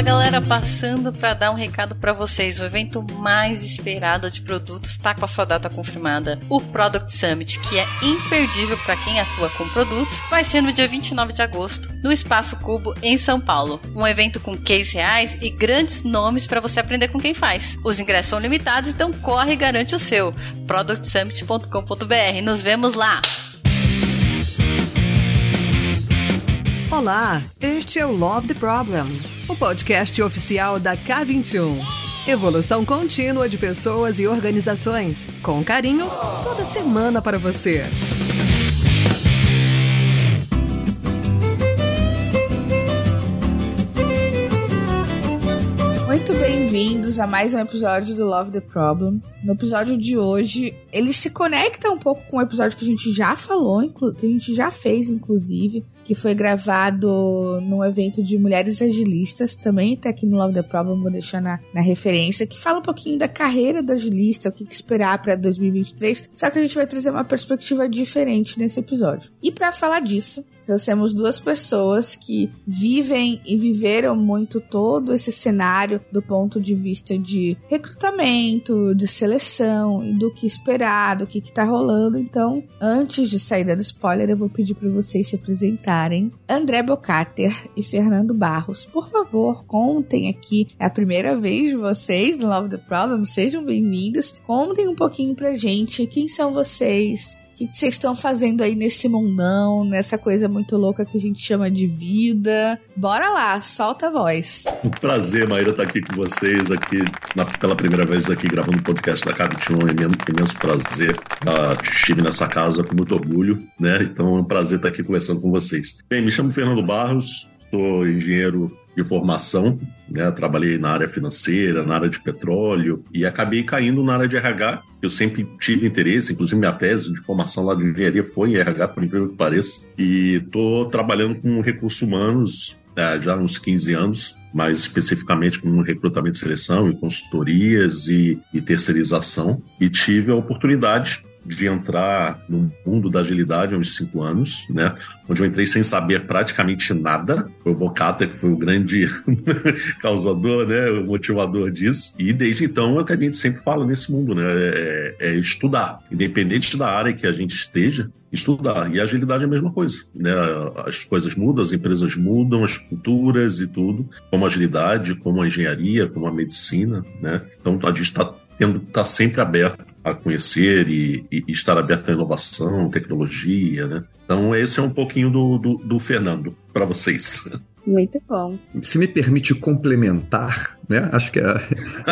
galera, passando para dar um recado para vocês. O evento mais esperado de produtos está com a sua data confirmada. O Product Summit, que é imperdível para quem atua com produtos, vai ser no dia 29 de agosto, no Espaço Cubo, em São Paulo. Um evento com cases reais e grandes nomes para você aprender com quem faz. Os ingressos são limitados, então corre e garante o seu. productsummit.com.br. Nos vemos lá! Olá, este é o Love the Problem, o podcast oficial da K21. Evolução contínua de pessoas e organizações, com carinho, toda semana para você. Muito bem-vindos a mais um episódio do Love the Problem. No episódio de hoje, ele se conecta um pouco com o episódio que a gente já falou, que a gente já fez, inclusive, que foi gravado num evento de mulheres agilistas, também tá aqui no Love the Problem, vou deixar na referência, que fala um pouquinho da carreira do agilista, o que esperar para 2023, só que a gente vai trazer uma perspectiva diferente nesse episódio. E para falar disso, trouxemos duas pessoas que vivem e viveram muito todo esse cenário do ponto de vista de recrutamento, de seleção, do que esperar, do que tá rolando. Então, antes de sair dando spoiler, eu vou pedir para vocês se apresentarem. André Bocater e Fernando Barros, por favor, contem aqui. É a primeira vez de vocês no Love the Problem, sejam bem-vindos. Contem um pouquinho pra gente quem são vocês, o que vocês estão fazendo aí nesse mundão, nessa coisa muito louca que a gente chama de vida. Bora lá, solta a voz. Um prazer, Maíra, estar aqui com vocês, pela primeira vez aqui gravando o podcast da K21. É imenso prazer. Estive nessa casa com muito orgulho, né? Então é um prazer estar aqui conversando com vocês. Bem, me chamo Fernando Barros, sou engenheiro de formação, né? Trabalhei na área financeira, na área de petróleo e acabei caindo na área de RH. Eu sempre tive interesse, inclusive minha tese de formação lá de engenharia foi em RH, por incrível que pareça. E estou trabalhando com recursos humanos já há uns 15 anos, mais especificamente com recrutamento e seleção, e consultorias e terceirização. E tive a oportunidade de entrar no mundo da agilidade há uns 5 anos, né? Onde eu entrei sem saber praticamente nada. Foi o Bocater que foi o grande causador, né? O motivador disso. E desde então é o que a gente sempre fala nesse mundo, né? É estudar. Independente da área que a gente esteja, estudar. E a agilidade é a mesma coisa, né? As coisas mudam, as empresas mudam, as culturas e tudo, como a agilidade, como a engenharia, como a medicina, né? Então a gente está sempre aberto a conhecer e estar aberto à inovação, tecnologia, né? Então esse é um pouquinho do Fernando para vocês. Muito bom. Se me permite complementar, né? Acho que é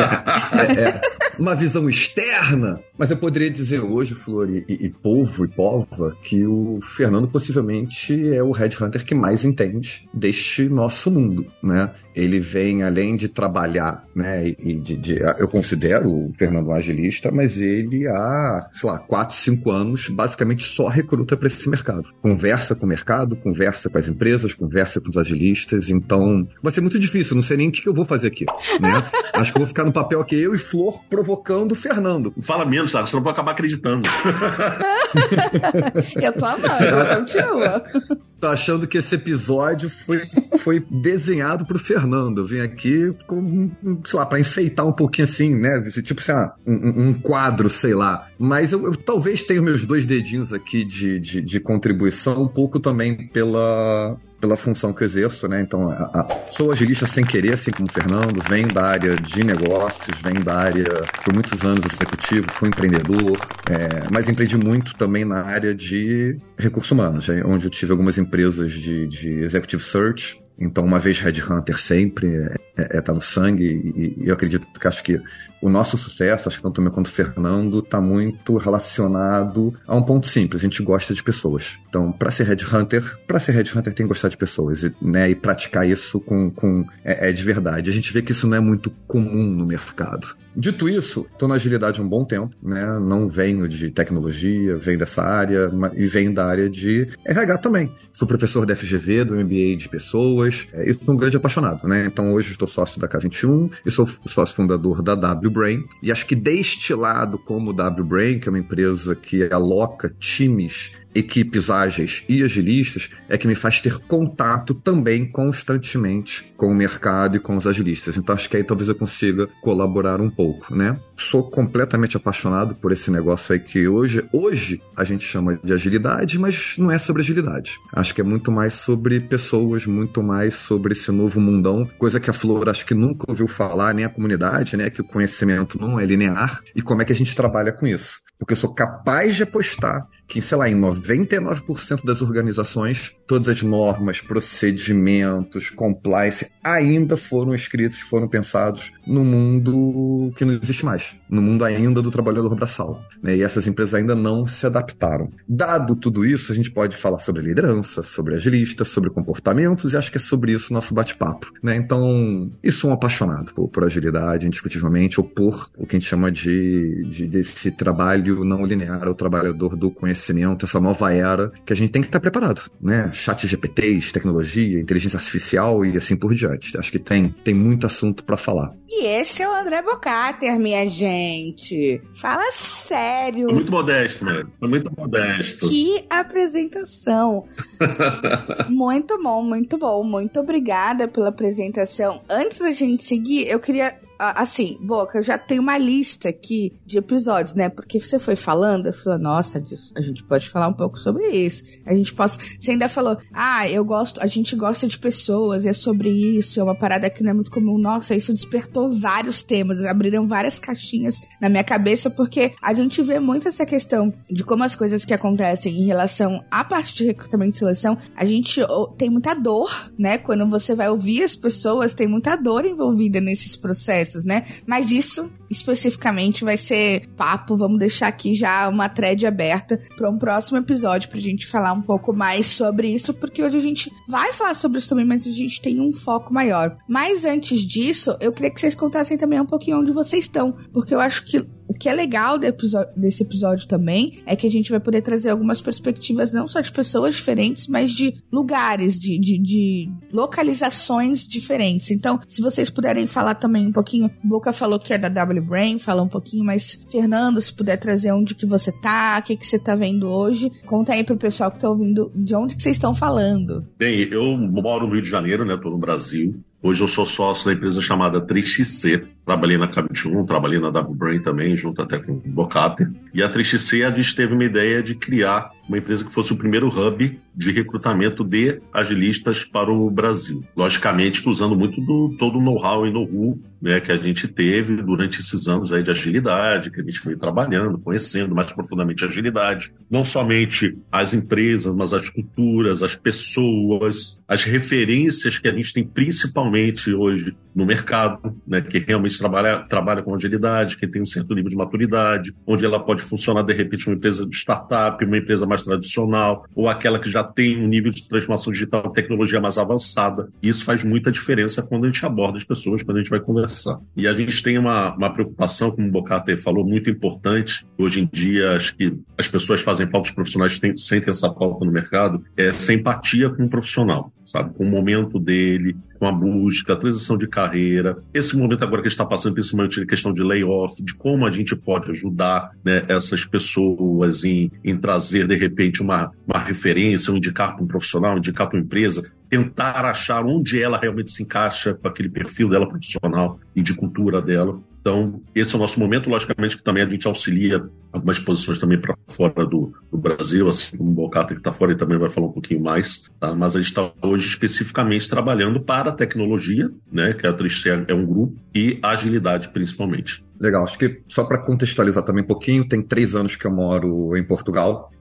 uma visão externa, mas eu poderia dizer hoje, Flor e povo e pova, que o Fernando possivelmente é o headhunter que mais entende deste nosso mundo, né? Ele vem, além de trabalhar, né? Eu considero o Fernando um agilista, mas ele há, 4, 5 anos, basicamente só recruta para esse mercado. Conversa com o mercado, conversa com as empresas, conversa com os agilistas, então vai ser muito difícil, não sei nem o que eu vou fazer aqui, né? Acho que eu vou ficar no papel aqui, eu e Flor provocando o Fernando. Fala menos, sabe? Senão eu vou acabar acreditando. Eu tô amando, continua. Tô achando que esse episódio foi desenhado pro Fernando. Eu vim aqui, pra enfeitar um pouquinho assim, né? Tipo assim, um quadro, sei lá. Mas eu talvez tenha meus 2 dedinhos aqui de contribuição, um pouco também pela função que eu exerço, né? Então, sou agilista sem querer, assim como o Fernando, venho da área de negócios, venho da área, por muitos anos, executivo, fui empreendedor, mas empreendi muito também na área de recursos humanos, onde eu tive algumas empresas de executive search. Então, uma vez headhunter sempre tá no sangue, e eu acredito que acho que o nosso sucesso, acho que tanto eu quanto o Fernando, está muito relacionado a um ponto simples: a gente gosta de pessoas. Então, para ser headhunter tem que gostar de pessoas, né? E praticar isso é de verdade. A gente vê que isso não é muito comum no mercado. Dito isso, estou na agilidade há um bom tempo, né? Não venho de tecnologia, venho dessa área e venho da área de RH também. Sou professor da FGV, do MBA de pessoas, e sou um grande apaixonado, né? Então hoje estou sócio da K21 e sou sócio fundador da WBrain. E acho que deste lado, como WBrain, que é uma empresa que aloca times equipes ágeis e agilistas é que me faz ter contato também constantemente com o mercado e com os agilistas. Então acho que aí talvez eu consiga colaborar um pouco, né? Sou completamente apaixonado por esse negócio aí que hoje a gente chama de agilidade, mas não é sobre agilidade. Acho que é muito mais sobre pessoas, muito mais sobre esse novo mundão, coisa que a Flor acho que nunca ouviu falar, nem a comunidade, né? Que o conhecimento não é linear e como é que a gente trabalha com isso. Porque eu sou capaz de apostar que, sei lá, em 99% das organizações, todas as normas, procedimentos, compliance ainda foram escritos e foram pensados no mundo que não existe mais, no mundo ainda do trabalhador braçal, né? E essas empresas ainda não se adaptaram. Dado tudo isso, a gente pode falar sobre liderança, sobre agilista, sobre comportamentos, e acho que é sobre isso o nosso bate-papo, né? Então, eu sou um apaixonado por agilidade, indiscutivelmente, ou por o que a gente chama desse trabalho não linear, o trabalhador do conhecimento, essa nova era que a gente tem que estar preparado, né? Chat GPTs, tecnologia, inteligência artificial e assim por diante. Acho que tem muito assunto para falar. E esse é o André Bocater, minha gente. Fala sério. Foi muito modesto, né? Foi muito modesto. Que apresentação. Muito bom, muito bom. Muito obrigada pela apresentação. Antes da gente seguir, eu queria... Assim, Boca, eu já tenho uma lista aqui de episódios, né? Porque você foi falando, eu falei, nossa, a gente pode falar um pouco sobre isso. Você ainda falou, a gente gosta de pessoas, é sobre isso, é uma parada que não é muito comum. Nossa, isso despertou vários temas, abriram várias caixinhas na minha cabeça, porque a gente vê muito essa questão de como as coisas que acontecem em relação à parte de recrutamento e seleção, a gente tem muita dor, né? Quando você vai ouvir as pessoas, tem muita dor envolvida nesses processos, né? Mas isso especificamente vai ser papo, vamos deixar aqui já uma thread aberta para um próximo episódio pra gente falar um pouco mais sobre isso, porque hoje a gente vai falar sobre isso também, mas a gente tem um foco maior. Mas antes disso, eu queria que vocês contassem também um pouquinho onde vocês estão, porque eu acho que o que é legal desse episódio também é que a gente vai poder trazer algumas perspectivas não só de pessoas diferentes, mas de lugares, de localizações diferentes. Então, se vocês puderem falar também um pouquinho, Boca falou que é da W-Brain, fala um pouquinho, mas Fernando, se puder trazer onde que você tá, o que você tá vendo hoje, conta aí pro pessoal que tá ouvindo de onde que vocês estão falando. Bem, eu moro no Rio de Janeiro, né, tô no Brasil. Hoje eu sou sócio da empresa chamada 3XC. Trabalhei na Cabit1, trabalhei na W-Brain também, junto até com o Bocater. E a 3XC, a gente teve uma ideia de criar uma empresa que fosse o primeiro hub de recrutamento de agilistas para o Brasil. Logicamente, usando muito todo o know-how e know-how, né, que a gente teve durante esses anos aí de agilidade, que a gente veio trabalhando, conhecendo mais profundamente a agilidade. Não somente as empresas, mas as culturas, as pessoas, as referências que a gente tem principalmente hoje no mercado, né, que realmente trabalha com agilidade, que tem um certo nível de maturidade, onde ela pode funcionar, de repente, uma empresa de startup, uma empresa mais tradicional, ou aquela que já tem um nível de transformação digital, tecnologia mais avançada. E isso faz muita diferença quando a gente aborda as pessoas, quando a gente vai conversar. E a gente tem uma preocupação, como o Bocater falou, muito importante. Hoje em dia, acho que as pessoas fazem falta, os profissionais sentem essa falta no mercado, é essa empatia com o profissional, sabe? Com o momento dele, com a busca, a transição de carreira. Esse momento agora que a gente está passando, principalmente a questão de layoff, de como a gente pode ajudar, né, essas pessoas em trazer, de repente, uma referência, ou indicar para um profissional, indicar para uma empresa, tentar achar onde ela realmente se encaixa com aquele perfil dela profissional e de cultura dela. Então, esse é o nosso momento. Logicamente que também a gente auxilia algumas posições também para fora do Brasil, assim como o Bocater que está fora e também vai falar um pouquinho mais, tá? Mas a gente está hoje especificamente trabalhando para a tecnologia, né, que a 3C é um grupo, e a agilidade principalmente. Legal, acho que só para contextualizar também um pouquinho, tem 3 anos que eu moro em Portugal,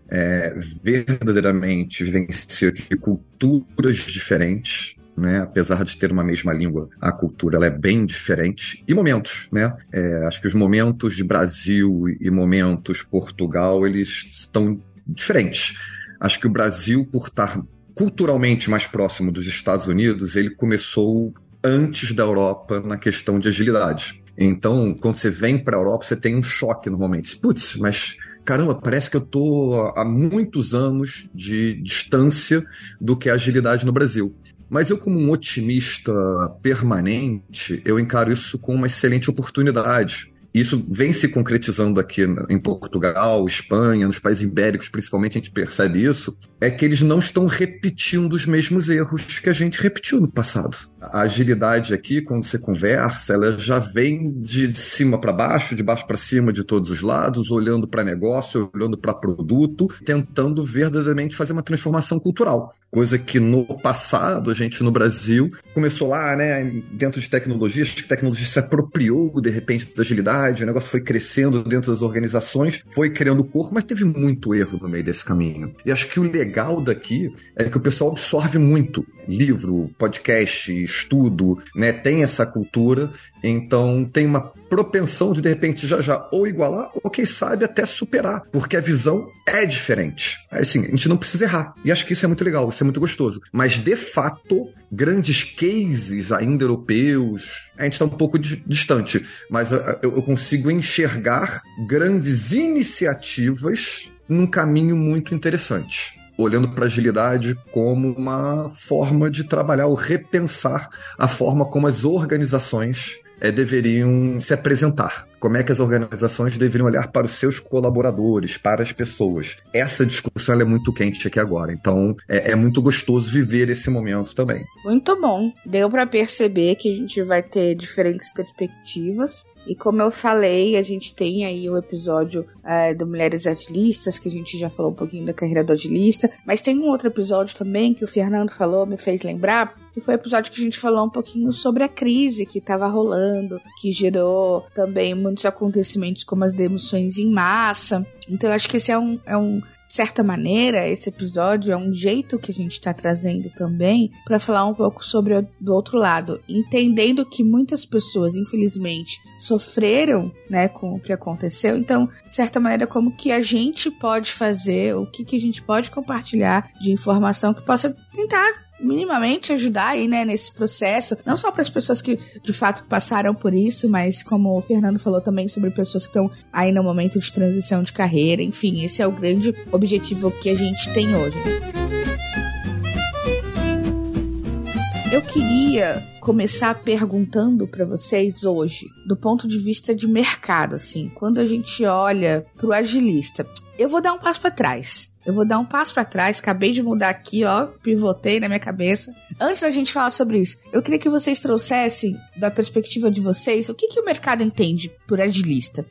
verdadeiramente vivencio aqui culturas diferentes, né? Apesar de ter uma mesma língua, a cultura ela é bem diferente. E momentos, né? Acho que os momentos de Brasil e momentos Portugal, eles estão diferentes. Acho que o Brasil, por estar culturalmente mais próximo dos Estados Unidos, ele começou antes da Europa na questão de agilidade. Então, quando você vem para a Europa, você tem um choque normalmente. Putz, mas caramba, parece que eu estou há muitos anos de distância do que é agilidade no Brasil. Mas eu, como um otimista permanente, eu encaro isso como uma excelente oportunidade. Isso vem se concretizando aqui em Portugal, Espanha, nos países ibéricos, principalmente, a gente percebe isso, é que eles não estão repetindo os mesmos erros que a gente repetiu no passado. A agilidade aqui, quando você conversa, ela já vem de cima para baixo, de baixo para cima, de todos os lados, olhando para negócio, olhando para produto, tentando verdadeiramente fazer uma transformação cultural. Coisa que no passado, a gente no Brasil, começou lá, né, dentro de tecnologia, acho que a tecnologia se apropriou, de repente, da agilidade, o negócio foi crescendo dentro das organizações, foi criando corpo, mas teve muito erro no meio desse caminho. E acho que o legal daqui é que o pessoal absorve muito livro, podcast, estudo, né, tem essa cultura, então tem uma propensão de repente, já ou igualar, ou quem sabe até superar, porque a visão é diferente. Assim, a gente não precisa errar. E acho que isso é muito legal, isso é muito gostoso. Mas, de fato, grandes cases ainda europeus, a gente está um pouco distante, mas eu consigo enxergar grandes iniciativas num caminho muito interessante, olhando para a agilidade como uma forma de trabalhar ou repensar a forma como as organizações deveriam se apresentar. Como é que as organizações deveriam olhar para os seus colaboradores, para as pessoas. Essa discussão ela é muito quente aqui agora. Então, é muito gostoso viver esse momento também. Muito bom. Deu para perceber que a gente vai ter diferentes perspectivas. E como eu falei, a gente tem aí o episódio do Mulheres Agilistas, que a gente já falou um pouquinho da carreira do agilista. Mas tem um outro episódio também que o Fernando falou, me fez lembrar, que foi o episódio que a gente falou um pouquinho sobre a crise que estava rolando, que gerou também muitos acontecimentos como as demissões em massa. Então eu acho que esse de certa maneira, esse episódio é um jeito que a gente está trazendo também para falar um pouco sobre do outro lado, entendendo que muitas pessoas, infelizmente, sofreram, né, com o que aconteceu. Então, de certa maneira, como que a gente pode fazer, o que a gente pode compartilhar de informação que possa tentar minimamente ajudar aí, né, nesse processo, não só para as pessoas que de fato passaram por isso, mas como o Fernando falou também sobre pessoas que estão aí no momento de transição de carreira. Enfim, esse é o grande objetivo que a gente tem hoje. Eu queria começar perguntando para vocês hoje, do ponto de vista de mercado, assim, quando a gente olha pro agilista, eu vou dar um passo para trás. Acabei de mudar aqui, ó, pivotei na minha cabeça. Antes da gente falar sobre isso, eu queria que vocês trouxessem, da perspectiva de vocês, o que o mercado entende por agilista?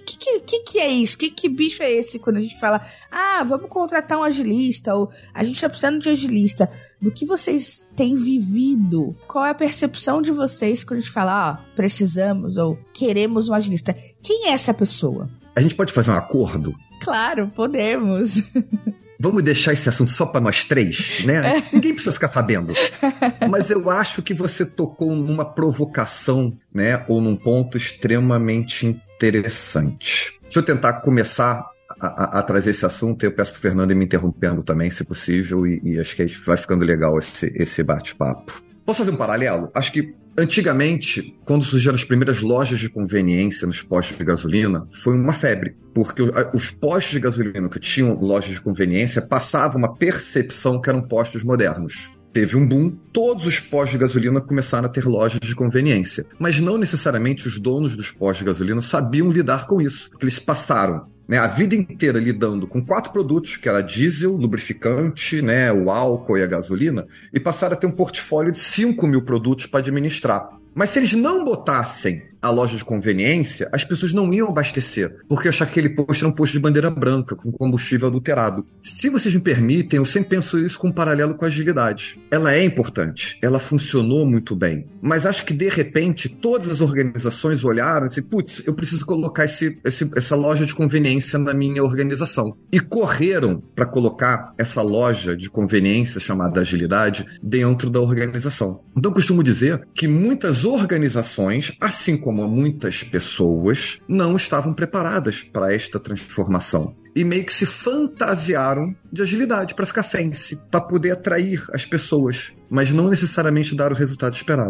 Que é isso? Que bicho é esse quando a gente fala, vamos contratar um agilista, ou a gente tá precisando de agilista? Do que vocês têm vivido? Qual é a percepção de vocês quando a gente fala, precisamos ou queremos um agilista? Quem é essa pessoa? A gente pode fazer um acordo? Claro, podemos. Vamos deixar esse assunto só para nós três, né? Ninguém precisa ficar sabendo. Mas eu acho que você tocou numa provocação, né? Ou num ponto extremamente interessante. Deixa eu tentar começar a trazer esse assunto. Eu peço pro Fernando ir me interrompendo também, se possível, e acho que vai ficando legal esse bate-papo. Posso fazer um paralelo? Acho que antigamente, quando surgiram as primeiras lojas de conveniência nos postos de gasolina, foi uma febre, porque os postos de gasolina que tinham lojas de conveniência passavam uma percepção que eram postos modernos. Teve um boom, todos os postos de gasolina começaram a ter lojas de conveniência, mas não necessariamente os donos dos postos de gasolina sabiam lidar com isso, porque eles passaram, né, a vida inteira lidando com 4 produtos, que era diesel, lubrificante, né, o álcool e a gasolina, e passaram a ter um portfólio de 5 mil produtos para administrar. Mas se eles não botassem a loja de conveniência, as pessoas não iam abastecer, porque achar que aquele posto era um posto de bandeira branca, com combustível adulterado. Se vocês me permitem, eu sempre penso isso com um paralelo com a agilidade. Ela é importante, ela funcionou muito bem, mas acho que de repente todas as organizações olharam e disseram, putz, eu preciso colocar essa loja de conveniência na minha organização. E correram para colocar essa loja de conveniência chamada agilidade dentro da organização. Então eu costumo dizer que muitas organizações, assim como muitas pessoas, não estavam preparadas para esta transformação. E meio que se fantasiaram de agilidade para ficar fancy, para poder atrair as pessoas, mas não necessariamente dar o resultado esperado.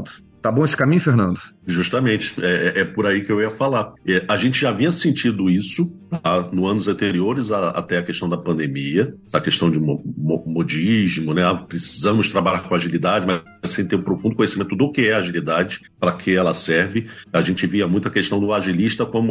Tá bom esse caminho, Fernando? Justamente, é por aí que eu ia falar. A gente já vinha sentindo isso nos anos anteriores até a questão da pandemia, essa questão de modismo, né? Precisamos trabalhar com agilidade, mas sem ter um profundo conhecimento do que é agilidade, para que ela serve. A gente via muito a questão do agilista como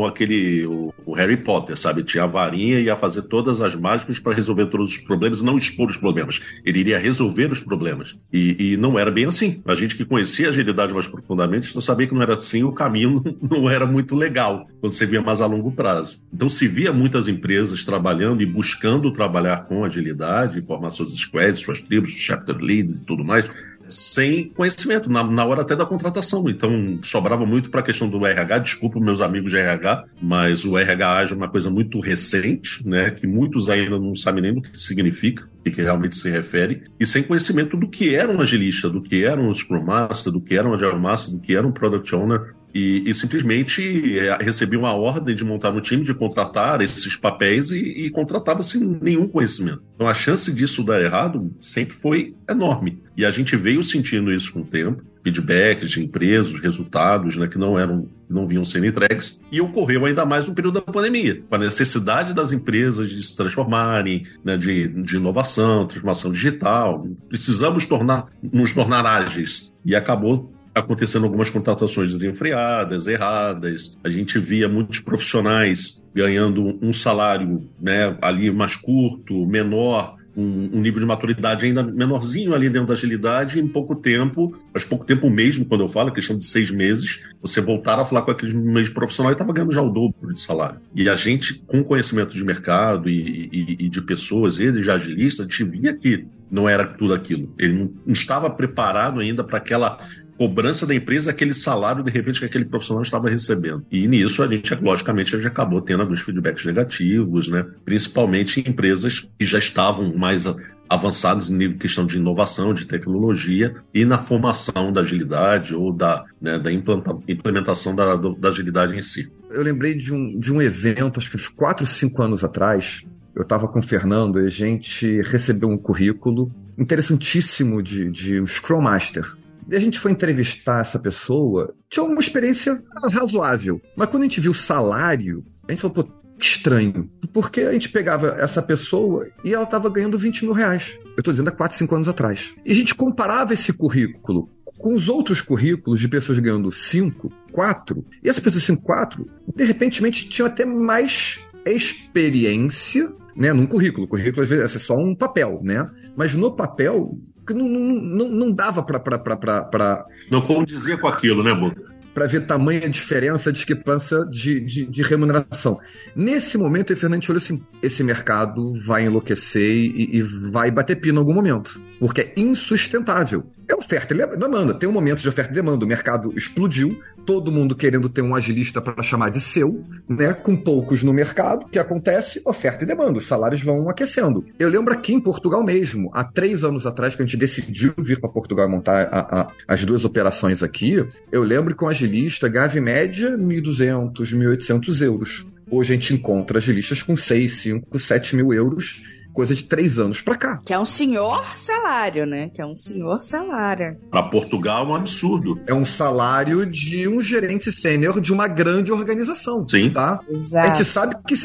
o Harry Potter, sabe? Tinha a varinha e ia fazer todas as mágicas para resolver todos os problemas e não expor os problemas. Ele iria resolver os problemas. E não era bem assim. A gente que conhecia a agilidade mais profundamente, não sabia que não era assim, o caminho não era muito legal, quando você via mais a longo prazo. Então se via muitas empresas trabalhando e buscando trabalhar com agilidade, formar suas squads, suas tribos, chapter leads e tudo mais, sem conhecimento, na hora até da contratação. Então sobrava muito para a questão do RH, desculpa meus amigos de RH, mas o RH é uma coisa muito recente, né, que muitos ainda não sabem nem do que significa, o que realmente se refere, e sem conhecimento do que era um agilista, do que era um Scrum Master, do que era um Agile Master, do que era um Product Owner, e simplesmente recebiam a ordem de montar um time, de contratar esses papéis e contratava sem nenhum conhecimento. Então a chance disso dar errado sempre foi enorme. E a gente veio sentindo isso com o tempo, feedbacks de empresas, resultados, né, que não vinham sendo entregues, e ocorreu ainda mais no período da pandemia, com a necessidade das empresas de se transformarem, né, de inovação, transformação digital. Precisamos nos tornar ágeis. E acabou acontecendo algumas contratações desenfreadas, erradas. A gente via muitos profissionais ganhando um salário, né, ali mais curto, menor, um nível de maturidade ainda menorzinho ali dentro da agilidade, e em pouco tempo, mas pouco tempo mesmo, quando eu falo, questão de 6 meses, você voltar a falar com aquele mesmo profissional e estava ganhando já o dobro de salário. E a gente, com conhecimento de mercado e de pessoas, e de agilistas, a gente via que não era tudo aquilo. Ele não estava preparado ainda para aquela cobrança da empresa, aquele salário, de repente, que aquele profissional estava recebendo. E nisso, a gente, logicamente, já acabou tendo alguns feedbacks negativos, né? Principalmente em empresas que já estavam mais avançados em nível de questão de inovação, de tecnologia e na formação da agilidade ou da implementação da agilidade em si. Eu lembrei de um evento, acho que uns 4, 5 anos atrás. Eu estava com o Fernando e a gente recebeu um currículo interessantíssimo de um Scrum Master. E a gente foi entrevistar essa pessoa, tinha uma experiência razoável. Mas quando a gente viu o salário, a gente falou, pô, que estranho. Porque a gente pegava essa pessoa e ela estava ganhando 20 mil reais. Eu estou dizendo há 4, 5 anos atrás. E a gente comparava esse currículo com os outros currículos de pessoas ganhando 5, 4. E essas pessoas 5, 4, de repente, tinham até mais experiência, né, num currículo. O currículo, às vezes, é só um papel, né? Mas no papel não dava para... Não condizia com aquilo, né, Boca? Para ver tamanha diferença, discrepância de remuneração. Nesse momento, o Fernando olhou assim, esse mercado vai enlouquecer e vai bater pino em algum momento, porque é insustentável. É oferta e demanda. Tem um momento de oferta e demanda. O mercado explodiu, todo mundo querendo ter um agilista para chamar de seu, né? Com poucos no mercado. O que acontece? Oferta e demanda. Os salários vão aquecendo. Eu lembro aqui em Portugal mesmo, há 3 anos atrás, que a gente decidiu vir para Portugal e montar as 2 operações aqui, eu lembro que um agilista ganhava em média 1.200, 1.800 euros. Hoje a gente encontra agilistas com 6, 5, 7 mil euros, coisa de 3 anos pra cá. Que é um senhor salário, né? Que é um senhor salário. Pra Portugal é um absurdo. É um salário de um gerente sênior de uma grande organização. Sim. Tá? Exato. A gente sabe que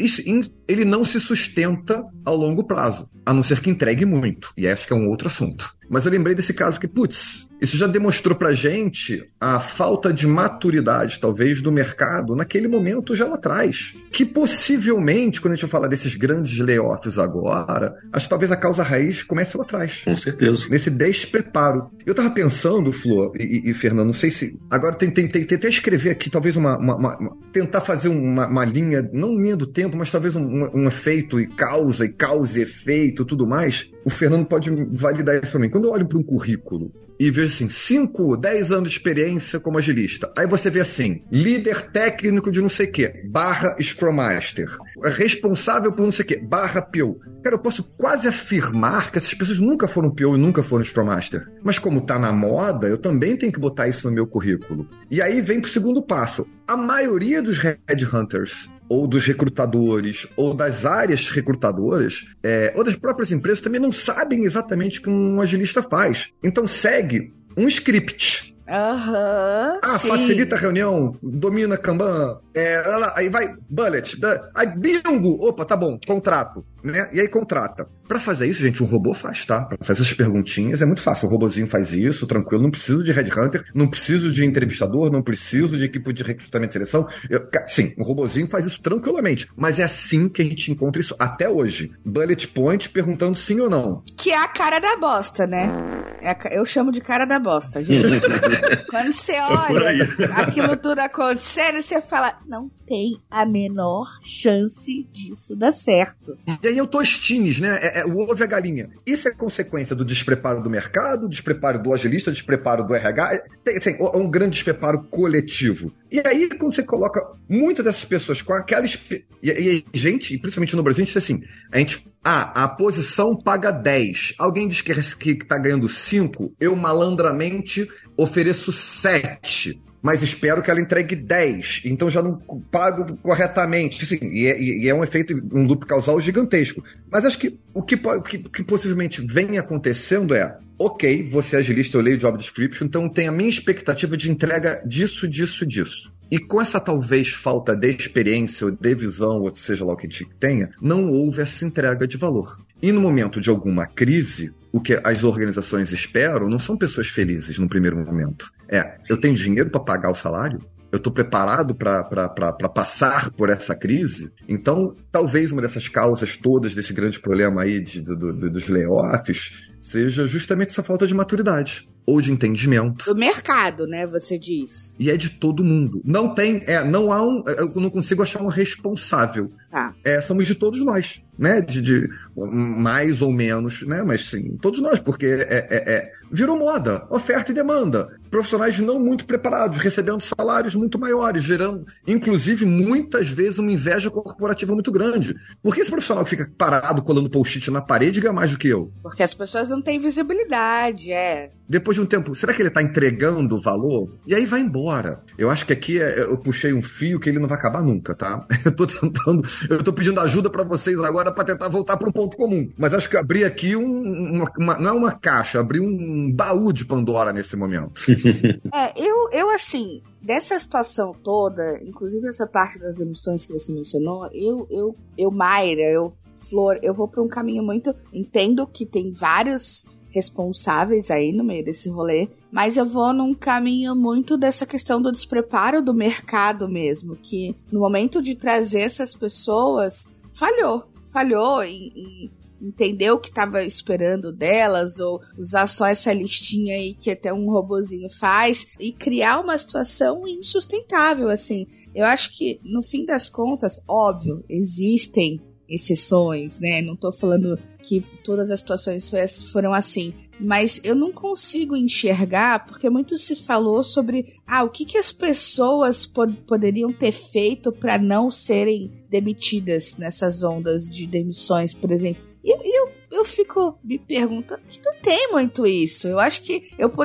ele não se sustenta ao longo prazo, a não ser que entregue muito. E acho que é um outro assunto. Mas eu lembrei desse caso que, isso já demonstrou pra gente a falta de maturidade, talvez, do mercado naquele momento já lá atrás. Que possivelmente, quando a gente vai falar desses grandes layoffs agora, acho que talvez a causa raiz comece lá atrás. Com certeza. Nesse despreparo. Eu tava pensando, Flor e Fernando, não sei se... Agora tentei até escrever aqui, talvez tentar fazer uma linha, não linha do tempo, mas talvez um efeito e causa e efeito, tudo mais. O Fernando pode validar isso pra mim. Quando eu olho para um currículo e vejo assim, 5, 10 anos de experiência como agilista, aí você vê assim, líder técnico de não sei o quê, / Scrum Master, responsável por não sei o quê, / PO. Cara, eu posso quase afirmar que essas pessoas nunca foram PO e nunca foram Scrum Master. Mas como tá na moda, eu também tenho que botar isso no meu currículo. E aí vem pro segundo passo. A maioria dos headhunters, ou dos recrutadores, ou das áreas recrutadoras, ou das próprias empresas, também não sabem exatamente o que um agilista faz. Então segue um script. Sim. Facilita a reunião, domina Kanban, aí vai, bullet, aí bingo, opa, tá bom, contrato, né? E aí contrata. Pra fazer isso, gente, um robô faz, tá? Pra fazer essas perguntinhas é muito fácil, o robozinho faz isso, tranquilo, não preciso de headhunter, não preciso de entrevistador, não preciso de equipe de recrutamento e seleção. Sim, o robozinho faz isso tranquilamente, mas é assim que a gente encontra isso até hoje. Bullet point perguntando sim ou não. Que é a cara da bosta, né? Eu chamo de cara da bosta, gente. Quando você olha aquilo tudo acontecendo, você fala, não tem a menor chance disso dar certo. E aí eu tô Tostines, né? O ovo e a galinha. Isso é consequência do despreparo do mercado, despreparo do agilista, despreparo do RH. É um grande despreparo coletivo. E aí, quando você coloca muitas dessas pessoas com aquela... E gente, principalmente no Brasil, a gente diz assim, a posição paga 10. Alguém diz que tá ganhando 5, eu malandramente ofereço 7. Mas espero que ela entregue 10, então já não pago corretamente. Assim, e é um efeito, um loop causal gigantesco. Mas acho que o que possivelmente vem acontecendo é, ok, você é agilista, eu leio job description, então tem a minha expectativa de entrega disso. E com essa talvez falta de experiência, ou de visão, ou seja lá o que a gente tenha, não houve essa entrega de valor. E no momento de alguma crise, o que as organizações esperam não são pessoas felizes no primeiro momento. Eu tenho dinheiro para pagar o salário? Eu estou preparado para passar por essa crise? Então, talvez uma dessas causas todas desse grande problema aí dos layoffs seja justamente essa falta de maturidade. Ou de entendimento. Do mercado, né, você diz. E é de todo mundo. Não tem, não há eu não consigo achar um responsável. Somos de todos nós, né, de mais ou menos, né, mas sim, todos nós, porque virou moda, oferta e demanda. Profissionais não muito preparados, recebendo salários muito maiores, gerando, inclusive, muitas vezes uma inveja corporativa muito grande. Por que esse profissional que fica parado, colando post-it na parede, ganha mais do que eu? Porque as pessoas não têm visibilidade, Depois de um tempo, será que ele está entregando o valor? E aí vai embora. Eu acho que aqui eu puxei um fio que ele não vai acabar nunca, tá? Eu tô pedindo ajuda para vocês agora para tentar voltar para um ponto comum. Mas acho que eu abri aqui não é uma caixa, abri um baú de Pandora nesse momento. Eu assim, dessa situação toda, inclusive essa parte das demissões que você mencionou, Mayra, Flor, eu vou para um caminho muito... Entendo que tem vários responsáveis aí no meio desse rolê, mas eu vou num caminho muito dessa questão do despreparo do mercado mesmo, que no momento de trazer essas pessoas, falhou em entender o que estava esperando delas, ou usar só essa listinha aí que até um robozinho faz, e criar uma situação insustentável, assim. Eu acho que, no fim das contas, óbvio, existem exceções, né? Não tô falando que todas as situações foram assim, mas eu não consigo enxergar, porque muito se falou sobre o que as pessoas poderiam ter feito para não serem demitidas nessas ondas de demissões, por exemplo. E eu fico me perguntando que não tem muito isso. Eu acho que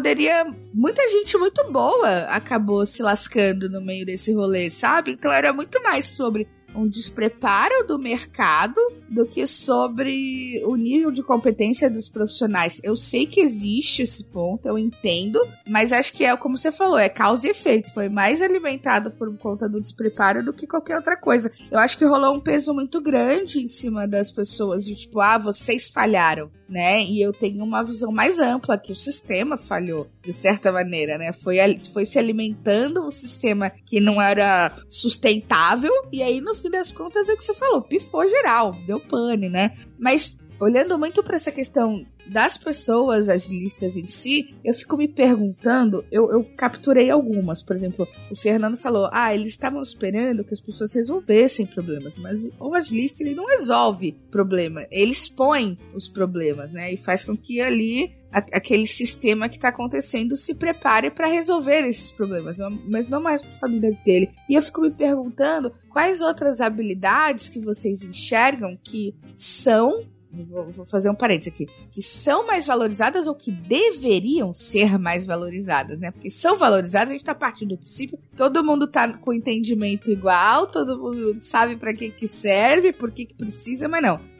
muita gente muito boa acabou se lascando no meio desse rolê, sabe? Então era muito mais sobre um despreparo do mercado do que sobre o nível de competência dos profissionais. Eu sei que existe esse ponto, eu entendo, mas acho que como você falou, é causa e efeito. Foi mais alimentado por conta do despreparo do que qualquer outra coisa. Eu acho que rolou um peso muito grande em cima das pessoas, de tipo, vocês falharam, né? E eu tenho uma visão mais ampla, que o sistema falhou, de certa maneira, né? Foi se alimentando um sistema que não era sustentável, e aí, no fim das contas, é o que você falou, pifou geral, deu pane, né? Mas, olhando muito para essa questão das pessoas agilistas em si, eu fico me perguntando, eu capturei algumas, por exemplo, o Fernando falou, eles estavam esperando que as pessoas resolvessem problemas, mas o agilista, ele não resolve problema, ele expõe os problemas, né, e faz com que ali aquele sistema que está acontecendo se prepare para resolver esses problemas, mas não é uma responsabilidade dele. E eu fico me perguntando quais outras habilidades que vocês enxergam que são, vou fazer um parênteses aqui, que são mais valorizadas ou que deveriam ser mais valorizadas, né? Porque são valorizadas, a gente tá partindo do princípio, todo mundo tá com entendimento igual, todo mundo sabe pra que serve, por que precisa, mas não.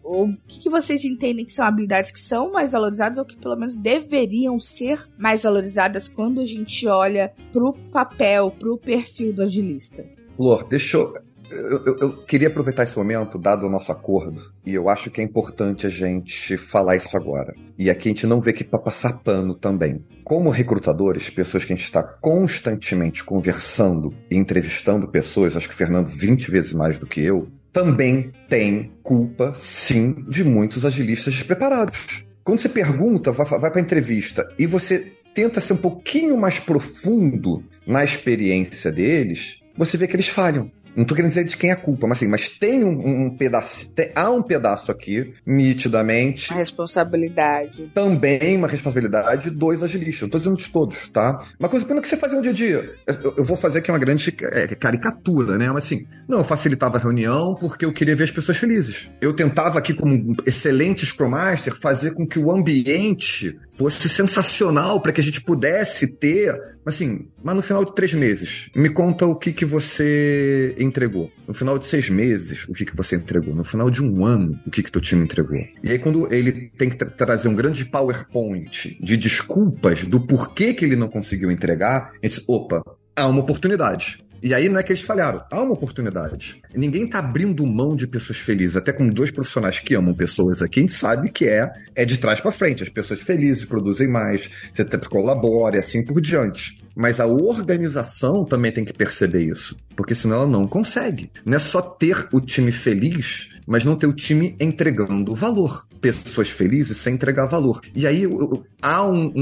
Ou o que vocês entendem que são habilidades que são mais valorizadas ou que pelo menos deveriam ser mais valorizadas quando a gente olha pro papel, pro perfil do agilista? Flor, deixa eu queria aproveitar esse momento, dado o nosso acordo, e eu acho que é importante a gente falar isso agora. E aqui a gente não vê que para passar pano também. Como recrutadores, pessoas que a gente está constantemente conversando e entrevistando pessoas, acho que o Fernando 20 vezes mais do que eu, também tem culpa, sim, de muitos agilistas despreparados. Quando você pergunta, vai para a entrevista, e você tenta ser um pouquinho mais profundo na experiência deles, você vê que eles falham. Não tô querendo dizer de quem é a culpa, mas tem um pedaço, há um pedaço aqui, nitidamente. A responsabilidade. Também uma responsabilidade dos agilistas. Não tô dizendo de todos, tá? Uma coisa pena que você faz no dia a dia. Eu vou fazer aqui uma grande caricatura, né? Mas assim, não, eu facilitava a reunião porque eu queria ver as pessoas felizes. Eu tentava aqui, como um excelente Scrum Master, fazer com que o ambiente fosse sensacional para que a gente pudesse ter, assim, mas no final de 3 meses, me conta o que você entregou. No final de 6 meses, o que você entregou. No final de 1 ano, o que teu time entregou. E aí, quando ele tem que trazer um grande PowerPoint de desculpas do porquê que ele não conseguiu entregar, a gente diz, opa, há uma oportunidade. E aí não é que eles falharam, há uma oportunidade. Ninguém tá abrindo mão de pessoas felizes. Até com 2 profissionais que amam pessoas aqui, a gente sabe que é de trás para frente. As pessoas felizes produzem mais, você colabora e assim por diante. Mas a organização também tem que perceber isso, porque senão ela não consegue. Não é só ter o time feliz, mas não ter o time entregando valor. Pessoas felizes sem entregar valor. E aí há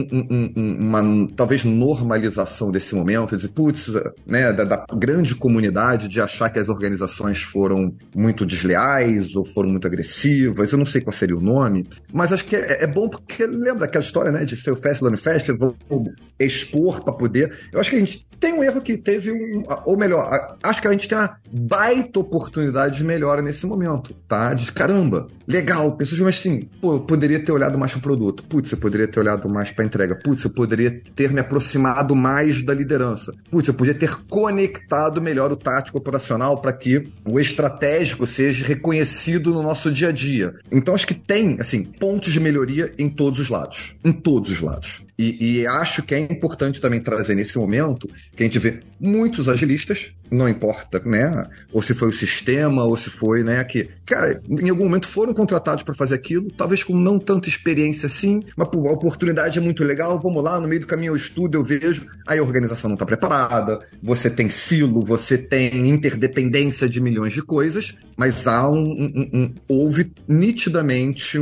uma talvez normalização desse momento, de putz, né, da grande comunidade de achar que as organizações foram muito desleais ou foram muito agressivas. Eu não sei qual seria o nome, mas acho que é bom porque lembra aquela história, né, de fail fast, learn fast, vou expor para poder. Eu acho que a gente tem um erro que teve ou melhor, acho que a gente tem uma baita oportunidade de melhora nesse momento, tá? De caramba, legal, pessoas mas assim, pô, eu poderia ter olhado mais pro produto, putz, eu poderia ter olhado mais pra entrega, putz, eu poderia ter me aproximado mais da liderança, putz, eu podia ter conectado melhor o tático operacional para que o estratégico seja reconhecido no nosso dia a dia. Então acho que tem, assim, pontos de melhoria em todos os lados, E acho que é importante também trazer nesse momento que a gente vê muitos agilistas, não importa, né? Ou se foi o sistema, ou se foi, né? Que, cara, em algum momento foram contratados para fazer aquilo, talvez com não tanta experiência assim, mas pô, a oportunidade é muito legal, vamos lá, no meio do caminho eu estudo, eu vejo, aí a organização não está preparada, você tem silo, você tem interdependência de milhões de coisas, mas houve nitidamente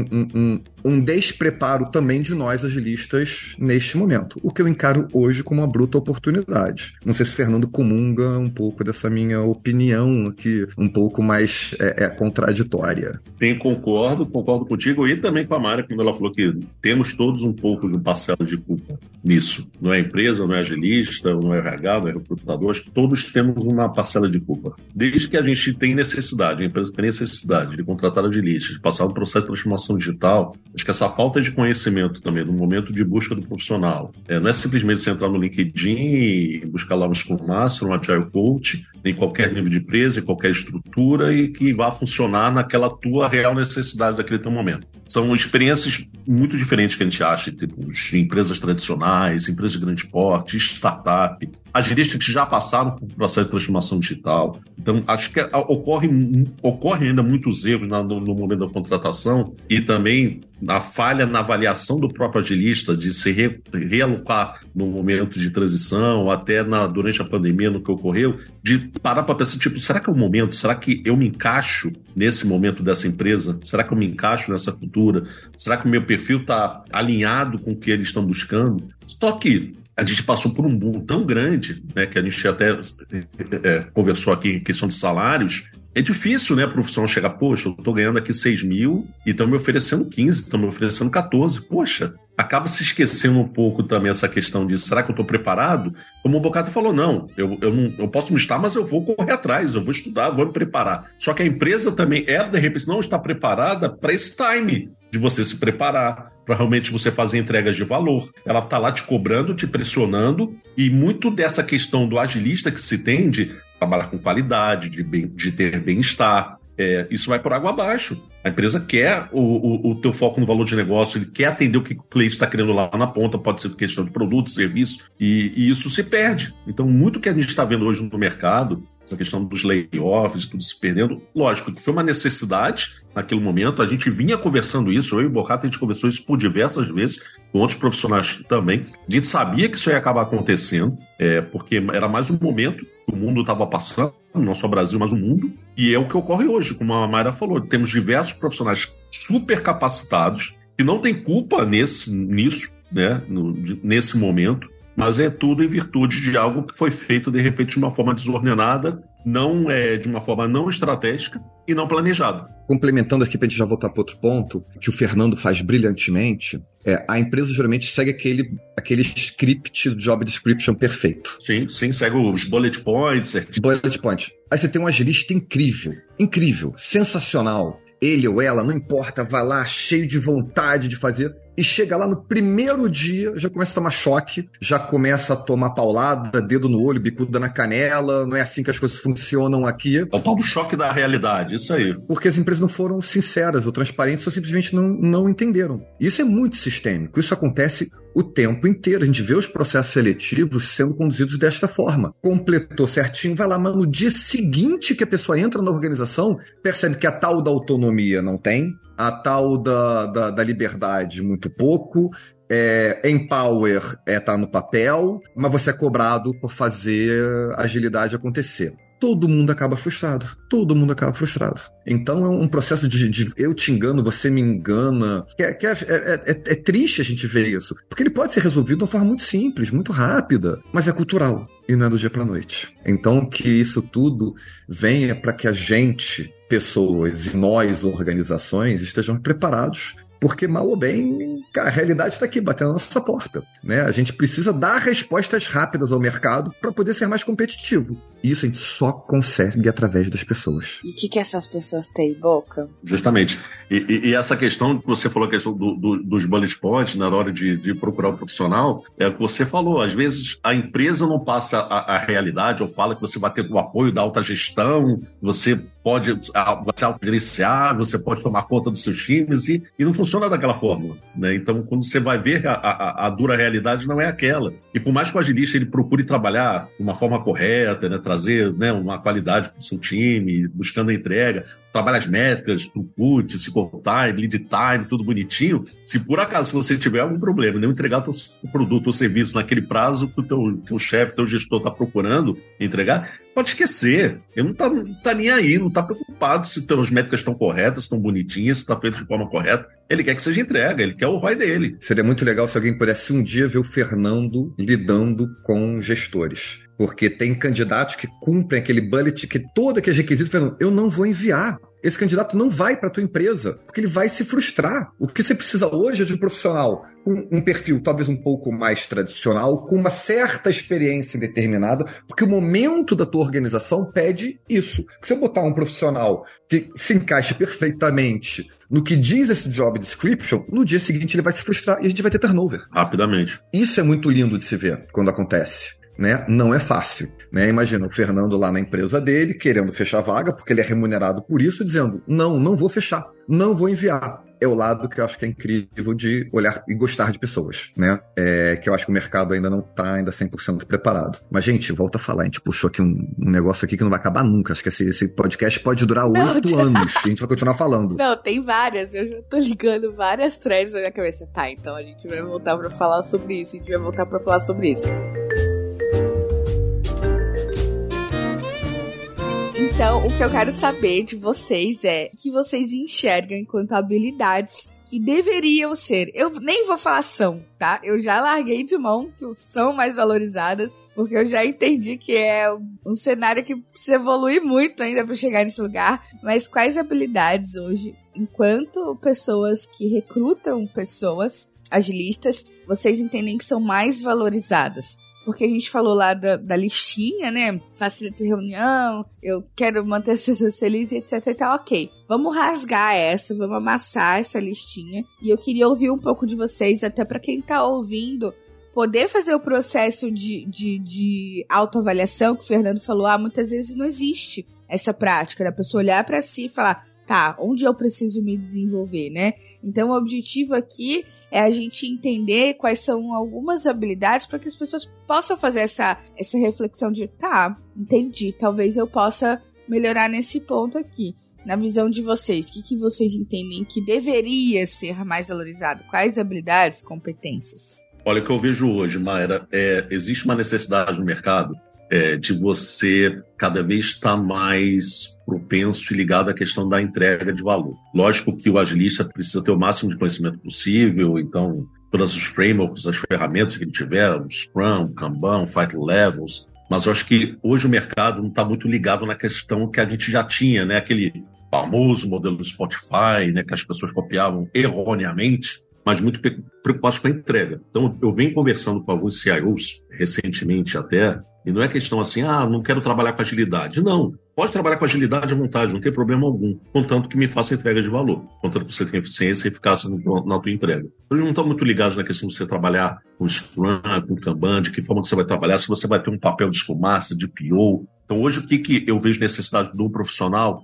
um despreparo também de nós agilistas neste momento, o que eu encaro hoje como uma bruta oportunidade. Não sei se o Fernando comunga um pouco dessa minha opinião aqui, um pouco mais contraditória. Bem, concordo contigo e também com a Mara, quando ela falou que temos todos um pouco de um parcela de culpa nisso. Não é empresa, não é agilista, não é RH, não é recrutador, acho que todos temos uma parcela de culpa. Desde que a gente tem necessidade, a empresa tem necessidade de contratar agilistas, de passar um processo de transformação digital, acho que essa falta de conhecimento também, no momento de busca do profissional, não é simplesmente você entrar no LinkedIn e buscar lá um Scrum Master, um Agile Coach, em qualquer nível de empresa, em qualquer estrutura e que vá funcionar naquela tua real necessidade daquele teu momento. São experiências muito diferentes que a gente acha, tipo, de empresas tradicionais, empresas de grande porte, startup, agilistas que já passaram por processo de transformação digital. Então, acho que ocorre ainda muitos erros no momento da contratação e também a falha na avaliação do próprio agilista de se realocar no momento de transição, ou até durante a pandemia, no que ocorreu, de parar para pensar, tipo, será que é o momento? Será que eu me encaixo nesse momento dessa empresa? Será que eu me encaixo nessa cultura? Será que o meu perfil está alinhado com o que eles estão buscando? Só que a gente passou por um boom tão grande, né, que a gente até conversou aqui em questão de salários. É difícil, né, a profissional chegar, poxa, eu tô ganhando aqui 6 mil e estão me oferecendo 15, estão me oferecendo 14. Poxa, acaba se esquecendo um pouco também essa questão de, será que eu estou preparado? Como o Bocato falou, não, eu posso não estar, mas eu vou correr atrás, eu vou estudar, vou me preparar. Só que a empresa também, de repente, não está preparada para esse time de você se preparar, para realmente você fazer entregas de valor. Ela está lá te cobrando, te pressionando, e muito dessa questão do agilista que se tem de trabalhar com qualidade, de ter bem-estar, isso vai por água abaixo. A empresa quer o teu foco no valor de negócio, ele quer atender o que o cliente está querendo lá na ponta, pode ser questão de produto, serviço, e isso se perde. Então, muito que a gente está vendo hoje no mercado, essa questão dos layoffs, tudo se perdendo, lógico que foi uma necessidade naquele momento, a gente vinha conversando isso, eu e o Bocato, a gente conversou isso por diversas vezes, com outros profissionais também, a gente sabia que isso ia acabar acontecendo, porque era mais um momento que o mundo estava passando, não só o Brasil, mas o mundo, e é o que ocorre hoje, como a Mayra falou, temos diversos profissionais super capacitados, que não tem culpa nisso, né, nesse momento, mas é tudo em virtude de algo que foi feito, de repente, de uma forma desordenada, de uma forma não estratégica e não planejada. Complementando aqui para a gente já voltar para outro ponto, que o Fernando faz brilhantemente, a empresa geralmente segue aquele script job description perfeito. Sim, segue os bullet points. Bullet points. Aí você tem um agilista incrível, sensacional. Ele ou ela, não importa, vai lá cheio de vontade de fazer e chega lá no primeiro dia, já começa a tomar choque, já começa a tomar paulada, dedo no olho, bicuda na canela, não é assim que as coisas funcionam aqui. É o tal do choque da realidade, isso aí. Porque as empresas não foram sinceras ou transparentes ou simplesmente não entenderam. Isso é muito sistêmico, isso acontece o tempo inteiro. A gente vê os processos seletivos sendo conduzidos desta forma. Completou certinho, vai lá, mas no dia seguinte que a pessoa entra na organização, percebe que a tal da autonomia não tem, a tal da liberdade muito pouco, empower tá no papel, mas você é cobrado por fazer a agilidade acontecer. Todo mundo acaba frustrado. Então é um processo de eu te engano, você me engana. É triste a gente ver isso. Porque ele pode ser resolvido de uma forma muito simples, muito rápida, mas é cultural e não é do dia para a noite. Então que isso tudo venha para que a gente, pessoas e nós, organizações, estejam preparados. Porque, mal ou bem, a realidade está aqui, batendo na nossa porta, né? A gente precisa dar respostas rápidas ao mercado para poder ser mais competitivo. E isso a gente só consegue através das pessoas. E o que essas pessoas têm, Boca? Justamente. E essa questão que você falou, a questão dos bullet points, na hora de procurar um profissional, é o que você falou. Às vezes, a empresa não passa a realidade, ou fala que você vai ter o apoio da alta gestão, você pode se autogerenciar, você pode tomar conta dos seus times, e não funciona daquela forma, né? Então, quando você vai ver a dura realidade, não é aquela. E por mais que o agilista ele procure trabalhar de uma forma correta, né, trazer, né, uma qualidade para o seu time, buscando a entrega, trabalha as métricas, throughput, cycle time, lead time, tudo bonitinho. Se por acaso você tiver algum problema, não entregar o produto ou serviço naquele prazo que o teu chefe, teu gestor está procurando entregar, pode esquecer. Ele não tá nem aí, não está preocupado se as métricas estão corretas, estão bonitinhas, se está feito de forma correta. Ele quer que seja entrega, ele quer o ROI dele. Seria muito legal se alguém pudesse um dia ver o Fernando lidando com gestores. Porque tem candidatos que cumprem aquele bullet, que todo aquele requisito, Fernando, eu não vou enviar. Esse candidato não vai para a tua empresa, porque ele vai se frustrar. O que você precisa hoje é de um profissional com um perfil talvez um pouco mais tradicional, com uma certa experiência determinada, porque o momento da tua organização pede isso. Se eu botar um profissional que se encaixe perfeitamente no que diz esse job description, no dia seguinte ele vai se frustrar e a gente vai ter turnover. Rapidamente. Isso é muito lindo de se ver quando acontece. Né? Não é fácil, né? Imagina o Fernando lá na empresa dele, querendo fechar a vaga, porque ele é remunerado por isso, dizendo, não vou fechar, não vou enviar. É o lado que eu acho que é incrível de olhar e gostar de pessoas, né? Que eu acho que o mercado ainda não tá 100% preparado. Mas, gente, volta a falar, a gente puxou aqui um negócio aqui que não vai acabar nunca. Acho que esse podcast pode durar 8 anos e a gente vai continuar falando. Não, tem várias. Eu já tô ligando várias threads na minha cabeça. Tá, então a gente vai voltar pra falar sobre isso. Então, o que eu quero saber de vocês é o que vocês enxergam enquanto habilidades que deveriam ser. Eu nem vou falar são, tá? Eu já larguei de mão que são mais valorizadas, porque eu já entendi que é um cenário que precisa evoluir muito ainda para chegar nesse lugar. Mas quais habilidades hoje, enquanto pessoas que recrutam pessoas agilistas, vocês entendem que são mais valorizadas? Porque a gente falou lá da listinha, né? Facilita a reunião, eu quero manter as pessoas felizes, etc e tal. Ok, vamos rasgar vamos amassar essa listinha. E eu queria ouvir um pouco de vocês, até para quem tá ouvindo, poder fazer o processo de autoavaliação que o Fernando falou. Muitas vezes não existe essa prática, da pessoa olhar para si e falar, tá, onde eu preciso me desenvolver, né? Então o objetivo aqui é a gente entender quais são algumas habilidades para que as pessoas possam fazer essa reflexão de, tá, entendi, talvez eu possa melhorar nesse ponto aqui. Na visão de vocês, o que vocês entendem que deveria ser mais valorizado? Quais habilidades, competências? Olha, o que eu vejo hoje, Mayra, existe uma necessidade no mercado de você cada vez estar mais propenso e ligado à questão da entrega de valor. Lógico que o agilista precisa ter o máximo de conhecimento possível, então todos os frameworks, as ferramentas que ele tiver, o Scrum, o Kanban, o Fight Levels, mas eu acho que hoje o mercado não está muito ligado na questão que a gente já tinha, né? Aquele famoso modelo do Spotify, né? Que as pessoas copiavam erroneamente, mas muito preocupados com a entrega. Então, eu venho conversando com alguns CIOs, recentemente até, e não é questão assim, não quero trabalhar com agilidade. Não, pode trabalhar com agilidade à vontade, não tem problema algum, contanto que me faça entrega de valor, contanto que você tenha eficiência e eficácia na tua entrega. Eles não estão muito ligados na questão de você trabalhar com Scrum, com Kanban, de que forma que você vai trabalhar, se você vai ter um papel de Scrum Master, de PO. Então, hoje, o que eu vejo necessidade do profissional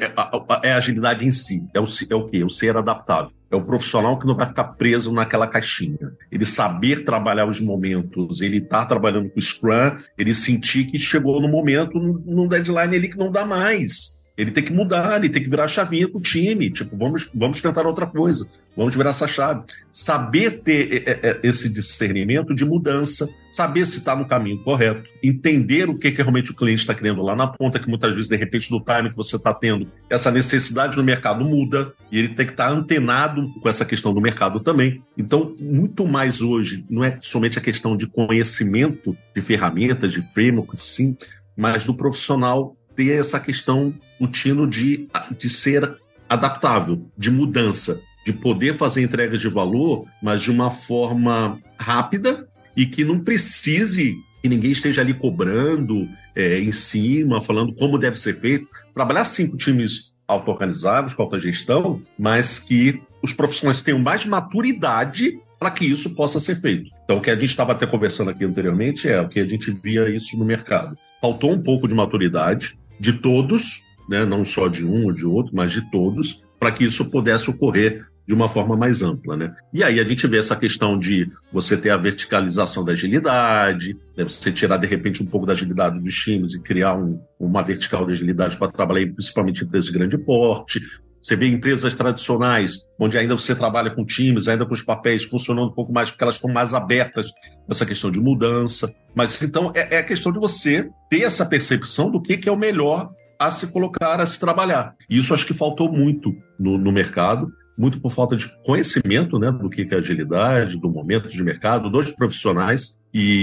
é a agilidade em si. É o quê? É o ser adaptável. É o profissional que não vai ficar preso naquela caixinha. Ele saber trabalhar os momentos, ele tá trabalhando com o Scrum, ele sentir que chegou no momento, num deadline ali que não dá mais. Ele tem que mudar, ele tem que virar a chavinha com o time. Tipo, vamos tentar outra coisa. Vamos virar essa chave. Saber ter esse discernimento de mudança, saber se está no caminho correto, entender o que realmente o cliente está querendo lá na ponta, que muitas vezes, de repente, no time que você está tendo, essa necessidade no mercado muda, e ele tem que estar antenado com essa questão do mercado também. Então, muito mais hoje, não é somente a questão de conhecimento de ferramentas, de framework, sim, mas do profissional ter essa questão, o tino de ser adaptável, de mudança, de poder fazer entregas de valor, mas de uma forma rápida e que não precise que ninguém esteja ali cobrando em cima, falando como deve ser feito. Trabalhar sim com times auto-organizados, com autogestão, mas que os profissionais tenham mais maturidade para que isso possa ser feito. Então, o que a gente estava até conversando aqui anteriormente o que a gente via isso no mercado. Faltou um pouco de maturidade de todos, né, não só de um ou de outro, mas de todos, para que isso pudesse ocorrer de uma forma mais ampla, né? E aí a gente vê essa questão de você ter a verticalização da agilidade, né, você tirar, de repente, um pouco da agilidade dos times e criar uma vertical de agilidade para trabalhar principalmente em empresas de grande porte. Você vê empresas tradicionais, onde ainda você trabalha com times, ainda com os papéis funcionando um pouco mais, porque elas estão mais abertas nessa questão de mudança. Mas, então, é a questão de você ter essa percepção do que é o melhor a se colocar, a se trabalhar. E isso acho que faltou muito no mercado, muito por falta de conhecimento, né, do que é agilidade, do momento de mercado, dos profissionais,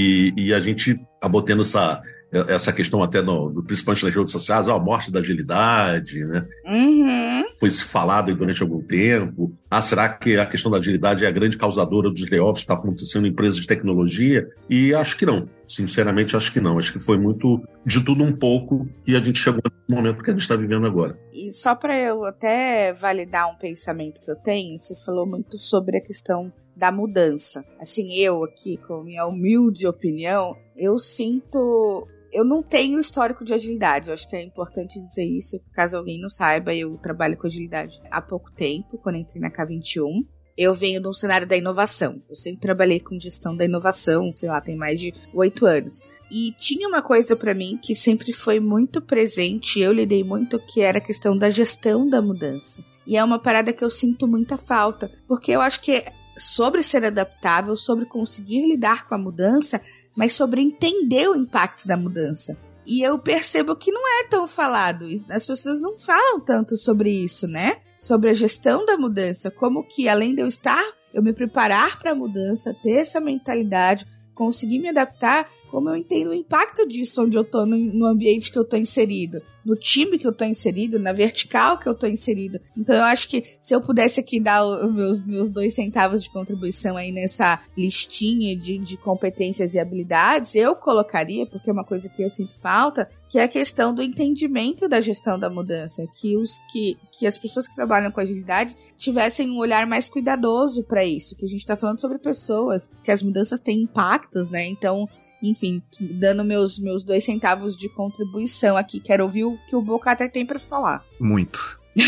e a gente acabou tendo essa questão até principalmente nas redes sociais, a morte da agilidade, né? Uhum. Foi se falado durante algum tempo. Será que a questão da agilidade é a grande causadora dos layoffs que está acontecendo em empresas de tecnologia? E acho que não. Sinceramente, acho que não. Acho que foi muito de tudo um pouco que a gente chegou no momento que a gente está vivendo agora. E só para eu até validar um pensamento que eu tenho, você falou muito sobre a questão da mudança. Assim, eu aqui, com minha humilde opinião, eu sinto... Eu não tenho histórico de agilidade, eu acho que é importante dizer isso, caso alguém não saiba, eu trabalho com agilidade há pouco tempo, quando entrei na K21. Eu venho de um cenário da inovação, eu sempre trabalhei com gestão da inovação, sei lá, tem mais de 8 anos. E tinha uma coisa pra mim que sempre foi muito presente, eu lidei muito, que era a questão da gestão da mudança. E é uma parada que eu sinto muita falta, porque eu acho que sobre ser adaptável, sobre conseguir lidar com a mudança, mas sobre entender o impacto da mudança. E eu percebo que não é tão falado, as pessoas não falam tanto sobre isso, né? Sobre a gestão da mudança, como que além de eu me preparar para a mudança, ter essa mentalidade, conseguir me adaptar, como eu entendo o impacto disso onde eu tô, no ambiente que eu tô inserido, no time que eu tô inserido, na vertical que eu tô inserido. Então eu acho que se eu pudesse aqui dar os meus 2 centavos de contribuição aí nessa listinha de competências e habilidades, eu colocaria, porque é uma coisa que eu sinto falta, que é a questão do entendimento da gestão da mudança, que as pessoas que trabalham com agilidade tivessem um olhar mais cuidadoso para isso, que a gente tá falando sobre pessoas, que as mudanças têm impactos, né? Então, enfim, dando meus 2 centavos de contribuição aqui, quero ouvir o que o Bocater tem para falar. Muito.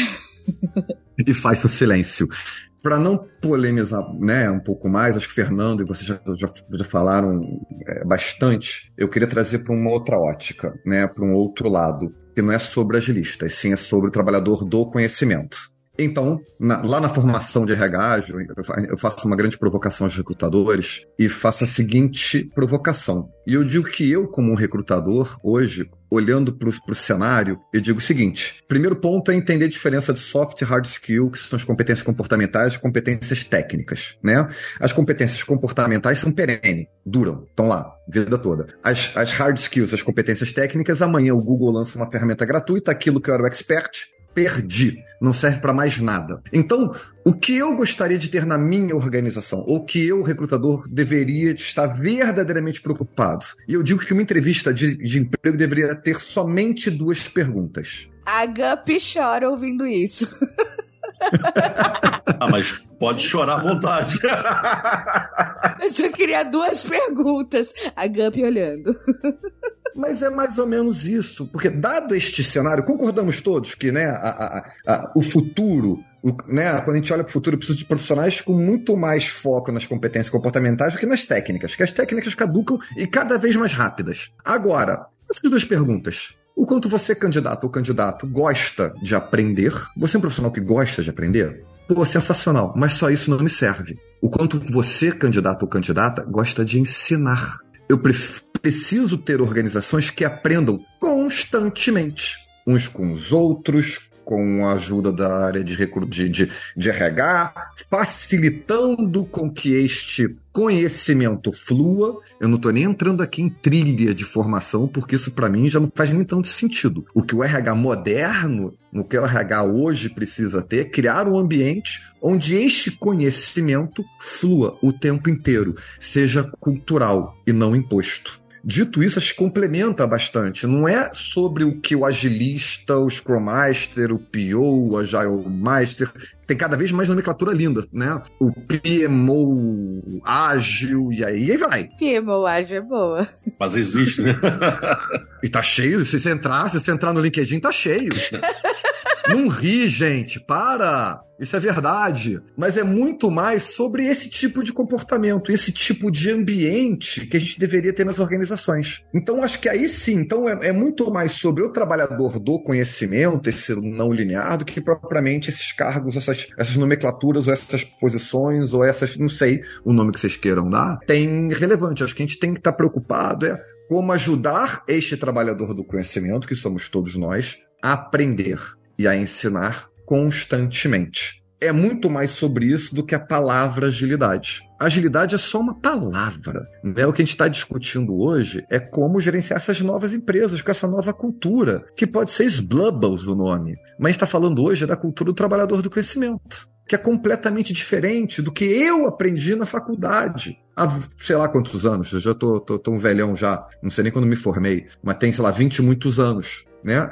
E faz o silêncio. Para não polemizar, né, um pouco mais, acho que Fernando e vocês já falaram bastante, eu queria trazer para uma outra ótica, né, para um outro lado, que não é sobre agilistas, sim é sobre o trabalhador do conhecimento. Então, lá na formação de RH, eu faço uma grande provocação aos recrutadores e faço a seguinte provocação. E eu digo que eu, como um recrutador, hoje, olhando para o cenário, eu digo o seguinte: primeiro ponto é entender a diferença de soft e hard skill, que são as competências comportamentais e competências técnicas, né? As competências comportamentais são perenes, duram, estão lá, vida toda. As hard skills, as competências técnicas, amanhã o Google lança uma ferramenta gratuita, aquilo que eu era o expert, perdi, não serve para mais nada. Então, o que eu gostaria de ter na minha organização, ou que eu, recrutador, deveria estar verdadeiramente preocupado? E eu digo que uma entrevista de emprego deveria ter somente 2 perguntas. A Gup chora ouvindo isso. Mas pode chorar à vontade. Eu só queria 2 perguntas. A Gup olhando. Mas é mais ou menos isso, porque dado este cenário, concordamos todos que, né, o futuro, né, quando a gente olha para o futuro, precisa de profissionais com muito mais foco nas competências comportamentais do que nas técnicas, que as técnicas caducam e cada vez mais rápidas. Agora, essas 2 perguntas. O quanto você, candidato ou candidato, gosta de aprender? Você é um profissional que gosta de aprender? Pô, sensacional, mas só isso não me serve. O quanto você, candidato ou candidata, gosta de ensinar? Eu preciso ter organizações que aprendam constantemente, uns com os outros, com a ajuda da área de RH, facilitando com que este conhecimento flua. Eu não estou nem entrando aqui em trilha de formação, porque isso para mim já não faz nem tanto sentido. O que o RH moderno, o que o RH hoje precisa ter, é criar um ambiente onde este conhecimento flua o tempo inteiro, seja cultural e não imposto. Dito isso, acho que complementa bastante. Não é sobre o que o agilista, o Scrum Master, o PO, o Agile Master... Tem cada vez mais nomenclatura linda, né? O PMO ágil, e aí vai. PMO ágil é boa. Mas existe, né? E tá cheio. Se você entrar no LinkedIn, tá cheio. Não ri, gente. Para! Isso é verdade. Mas é muito mais sobre esse tipo de comportamento, esse tipo de ambiente que a gente deveria ter nas organizações. Então, acho que aí sim, então é muito mais sobre o trabalhador do conhecimento, esse não linear, do que propriamente esses cargos, essas nomenclaturas, ou essas posições, ou essas, não sei o nome que vocês queiram dar, tem relevante. Acho que a gente tem que estar preocupado como ajudar este trabalhador do conhecimento, que somos todos nós, a aprender e a ensinar constantemente. É muito mais sobre isso do que a palavra agilidade. Agilidade é só uma palavra, né? O que a gente está discutindo hoje é como gerenciar essas novas empresas com essa nova cultura, que pode ser Sblubbles o nome, mas a gente está falando hoje da cultura do trabalhador do conhecimento, que é completamente diferente do que eu aprendi na faculdade. Há sei lá quantos anos, eu já tô um velhão já, não sei nem quando me formei, mas tem, sei lá, 20 e muitos anos, né?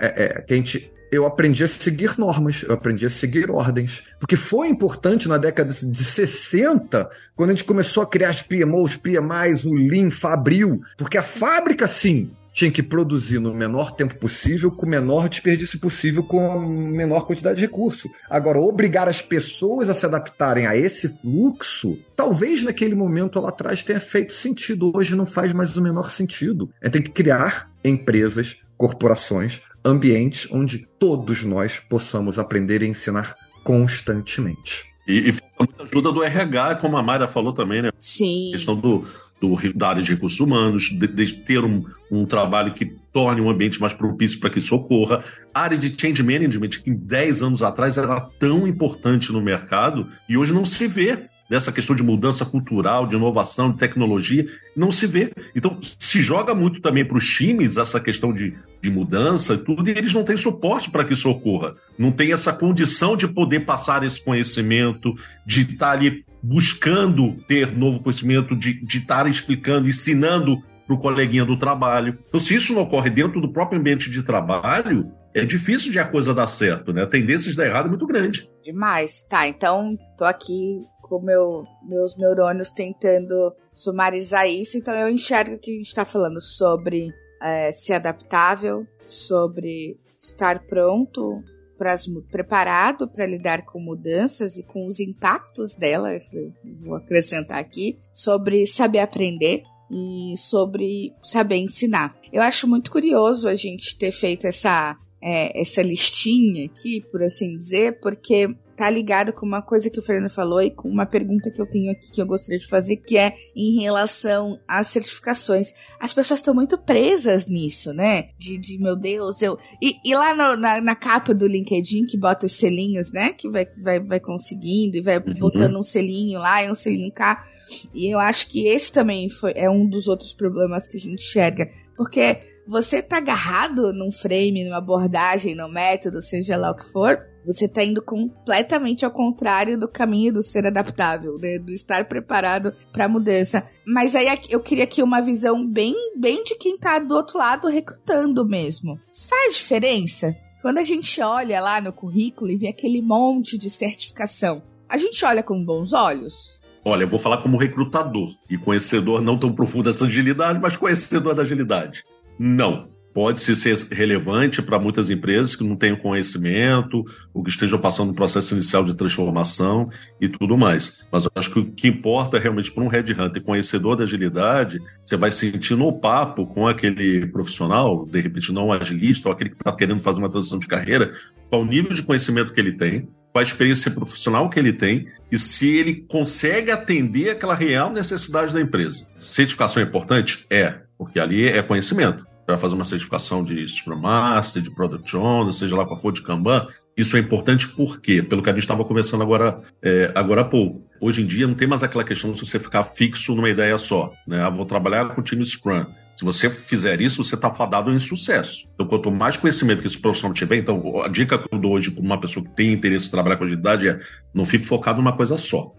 Eu aprendi a seguir normas, eu aprendi a seguir ordens. Porque foi importante na década de 60, quando a gente começou a criar as PMOs, PMIs, o Lean, Fabril. Porque a fábrica, sim, tinha que produzir no menor tempo possível, com o menor desperdício possível, com a menor quantidade de recurso. Agora, obrigar as pessoas a se adaptarem a esse fluxo, talvez naquele momento lá atrás tenha feito sentido. Hoje não faz mais o menor sentido. Tem que criar empresas, corporações, ambientes onde todos nós possamos aprender e ensinar constantemente. E muita ajuda do RH, como a Mayra falou também, né? Sim. A questão da área de recursos humanos, de ter um trabalho que torne um ambiente mais propício para que isso ocorra. A área de change management, que 10 anos atrás era tão importante no mercado, e hoje não se vê. Dessa questão de mudança cultural, de inovação, de tecnologia, não se vê. Então, se joga muito também para os times essa questão de mudança e tudo, e eles não têm suporte para que isso ocorra. Não tem essa condição de poder passar esse conhecimento, de estar ali buscando ter novo conhecimento, de estar explicando, ensinando para o coleguinha do trabalho. Então, se isso não ocorre dentro do próprio ambiente de trabalho, é difícil de a coisa dar certo, né? A tendência de dar errado é muito grande. Demais. Tá, então, tô aqui com meus neurônios tentando sumarizar isso, então eu enxergo que a gente está falando sobre ser adaptável, sobre estar pronto preparado para lidar com mudanças e com os impactos delas, vou acrescentar aqui, sobre saber aprender e sobre saber ensinar. Eu acho muito curioso a gente ter feito essa listinha aqui, por assim dizer, porque tá ligado com uma coisa que o Fernando falou e com uma pergunta que eu tenho aqui que eu gostaria de fazer, que é em relação às certificações. As pessoas estão muito presas nisso, né? De meu Deus, E lá na capa do LinkedIn, que bota os selinhos, né? Que vai conseguindo e vai botando um selinho lá e um selinho cá. E eu acho que esse também é um dos outros problemas que a gente enxerga. Porque você tá agarrado num frame, numa abordagem, num método, seja lá o que for, você tá indo completamente ao contrário do caminho do ser adaptável, né? Do estar preparado pra mudança. Mas aí eu queria aqui uma visão bem de quem tá do outro lado recrutando mesmo. Faz diferença? Quando a gente olha lá no currículo e vê aquele monte de certificação, a gente olha com bons olhos? Olha, eu vou falar como recrutador e conhecedor não tão profundo dessa agilidade, mas conhecedor da agilidade. Não. Pode ser relevante para muitas empresas que não tenham conhecimento, ou que estejam passando um processo inicial de transformação e tudo mais. Mas eu acho que o que importa realmente para um headhunter conhecedor da agilidade, você vai sentir no papo com aquele profissional, de repente não um agilista, ou aquele que está querendo fazer uma transição de carreira, qual o nível de conhecimento que ele tem, qual a experiência profissional que ele tem e se ele consegue atender aquela real necessidade da empresa. Certificação é importante? Porque ali é conhecimento. Para fazer uma certificação de Scrum Master, de Product Owner, seja lá qual for, de Kanban, isso é importante por quê? Pelo que a gente estava conversando agora há pouco. Hoje em dia não tem mais aquela questão de você ficar fixo numa ideia só, né? Vou trabalhar com o time Scrum. Se você fizer isso, você está fadado em sucesso. Então, quanto mais conhecimento que esse profissional tiver, então a dica que eu dou hoje para uma pessoa que tem interesse em trabalhar com agilidade é não fique focado numa coisa só.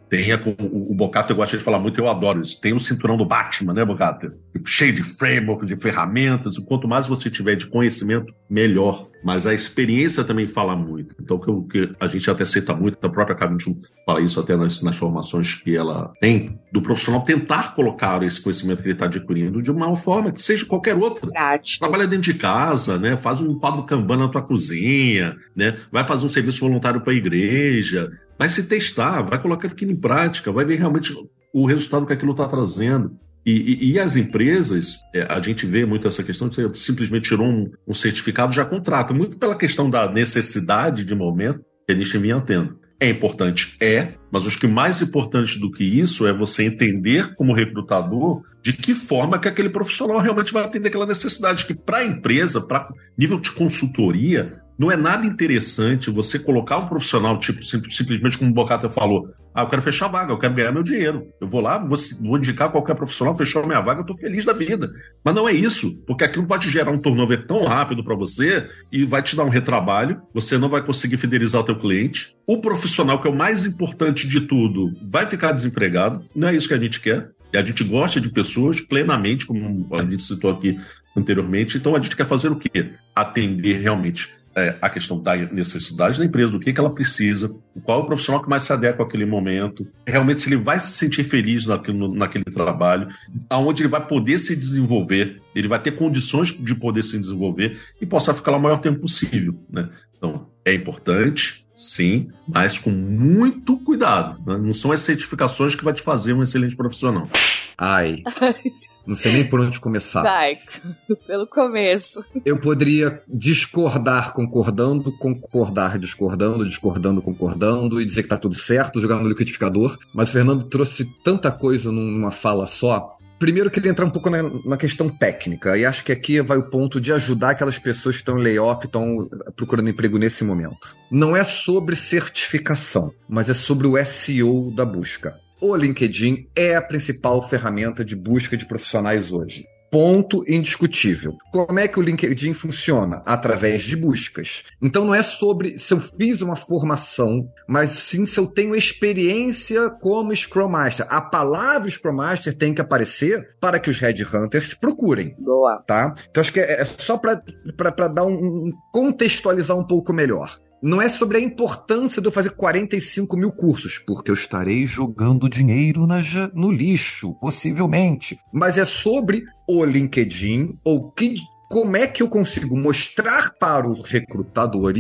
O Bocato, eu gosto de falar muito, eu adoro isso. Tem o cinturão do Batman, né, Bocato? Cheio de frameworks, de ferramentas. Quanto mais você tiver de conhecimento, melhor. Mas a experiência também fala muito. Então, o que a gente até cita muito, a própria K21 fala isso até nas formações que ela tem, do profissional tentar colocar esse conhecimento que ele está adquirindo de uma forma que seja qualquer outra. Prático. Trabalha dentro de casa, né? Faz um quadro Kanban na tua cozinha, né? Vai fazer um serviço voluntário para a igreja, vai se testar, vai colocar aquilo em prática, vai ver realmente o resultado que aquilo está trazendo. E as empresas, a gente vê muito essa questão de você simplesmente tirou um certificado, já contrata, muito pela questão da necessidade de momento que a gente vinha tendo. É importante? Mas acho que mais importante do que isso é você entender como recrutador de que forma que aquele profissional realmente vai atender aquela necessidade, que para a empresa, para nível de consultoria, não é nada interessante você colocar um profissional, tipo, simplesmente como o Bocato falou, eu quero fechar a vaga, eu quero ganhar meu dinheiro. Eu vou lá, vou indicar qualquer profissional, fechou a minha vaga, eu estou feliz da vida. Mas não é isso, porque aquilo pode gerar um turnover tão rápido para você e vai te dar um retrabalho, você não vai conseguir fidelizar o teu cliente. O profissional, que é o mais importante de tudo, vai ficar desempregado. Não é isso que a gente quer. E a gente gosta de pessoas plenamente, como a gente citou aqui anteriormente. Então, a gente quer fazer o quê? Atender realmente a questão da necessidade da empresa, o que ela precisa, qual é o profissional que mais se adequa àquele momento, realmente se ele vai se sentir feliz naquele trabalho, aonde ele vai poder se desenvolver, ele vai ter condições de poder se desenvolver e possa ficar lá o maior tempo possível, né? Então, é importante, sim, mas com muito cuidado, né? Não são as certificações que vai te fazer um excelente profissional. Não sei nem por onde começar. Vai, pelo começo. Eu poderia discordar concordando, concordar discordando concordando e dizer que tá tudo certo, jogar no liquidificador, mas o Fernando trouxe tanta coisa numa fala só. Primeiro eu queria entrar um pouco na questão técnica, e acho que aqui vai o ponto de ajudar aquelas pessoas que estão em layoff, estão procurando emprego nesse momento. Não é sobre certificação, mas é sobre o SEO da busca. O LinkedIn é a principal ferramenta de busca de profissionais hoje. Ponto indiscutível. Como é que o LinkedIn funciona? Através de buscas. Então não é sobre se eu fiz uma formação, mas sim se eu tenho experiência como Scrum Master. A palavra Scrum Master tem que aparecer para que os headhunters procurem. Boa. Tá? Então acho que é só para dar contextualizar um pouco melhor. Não é sobre a importância de eu fazer 45 mil cursos, porque eu estarei jogando dinheiro no lixo, possivelmente. Mas é sobre o LinkedIn, como é que eu consigo mostrar para os recrutadores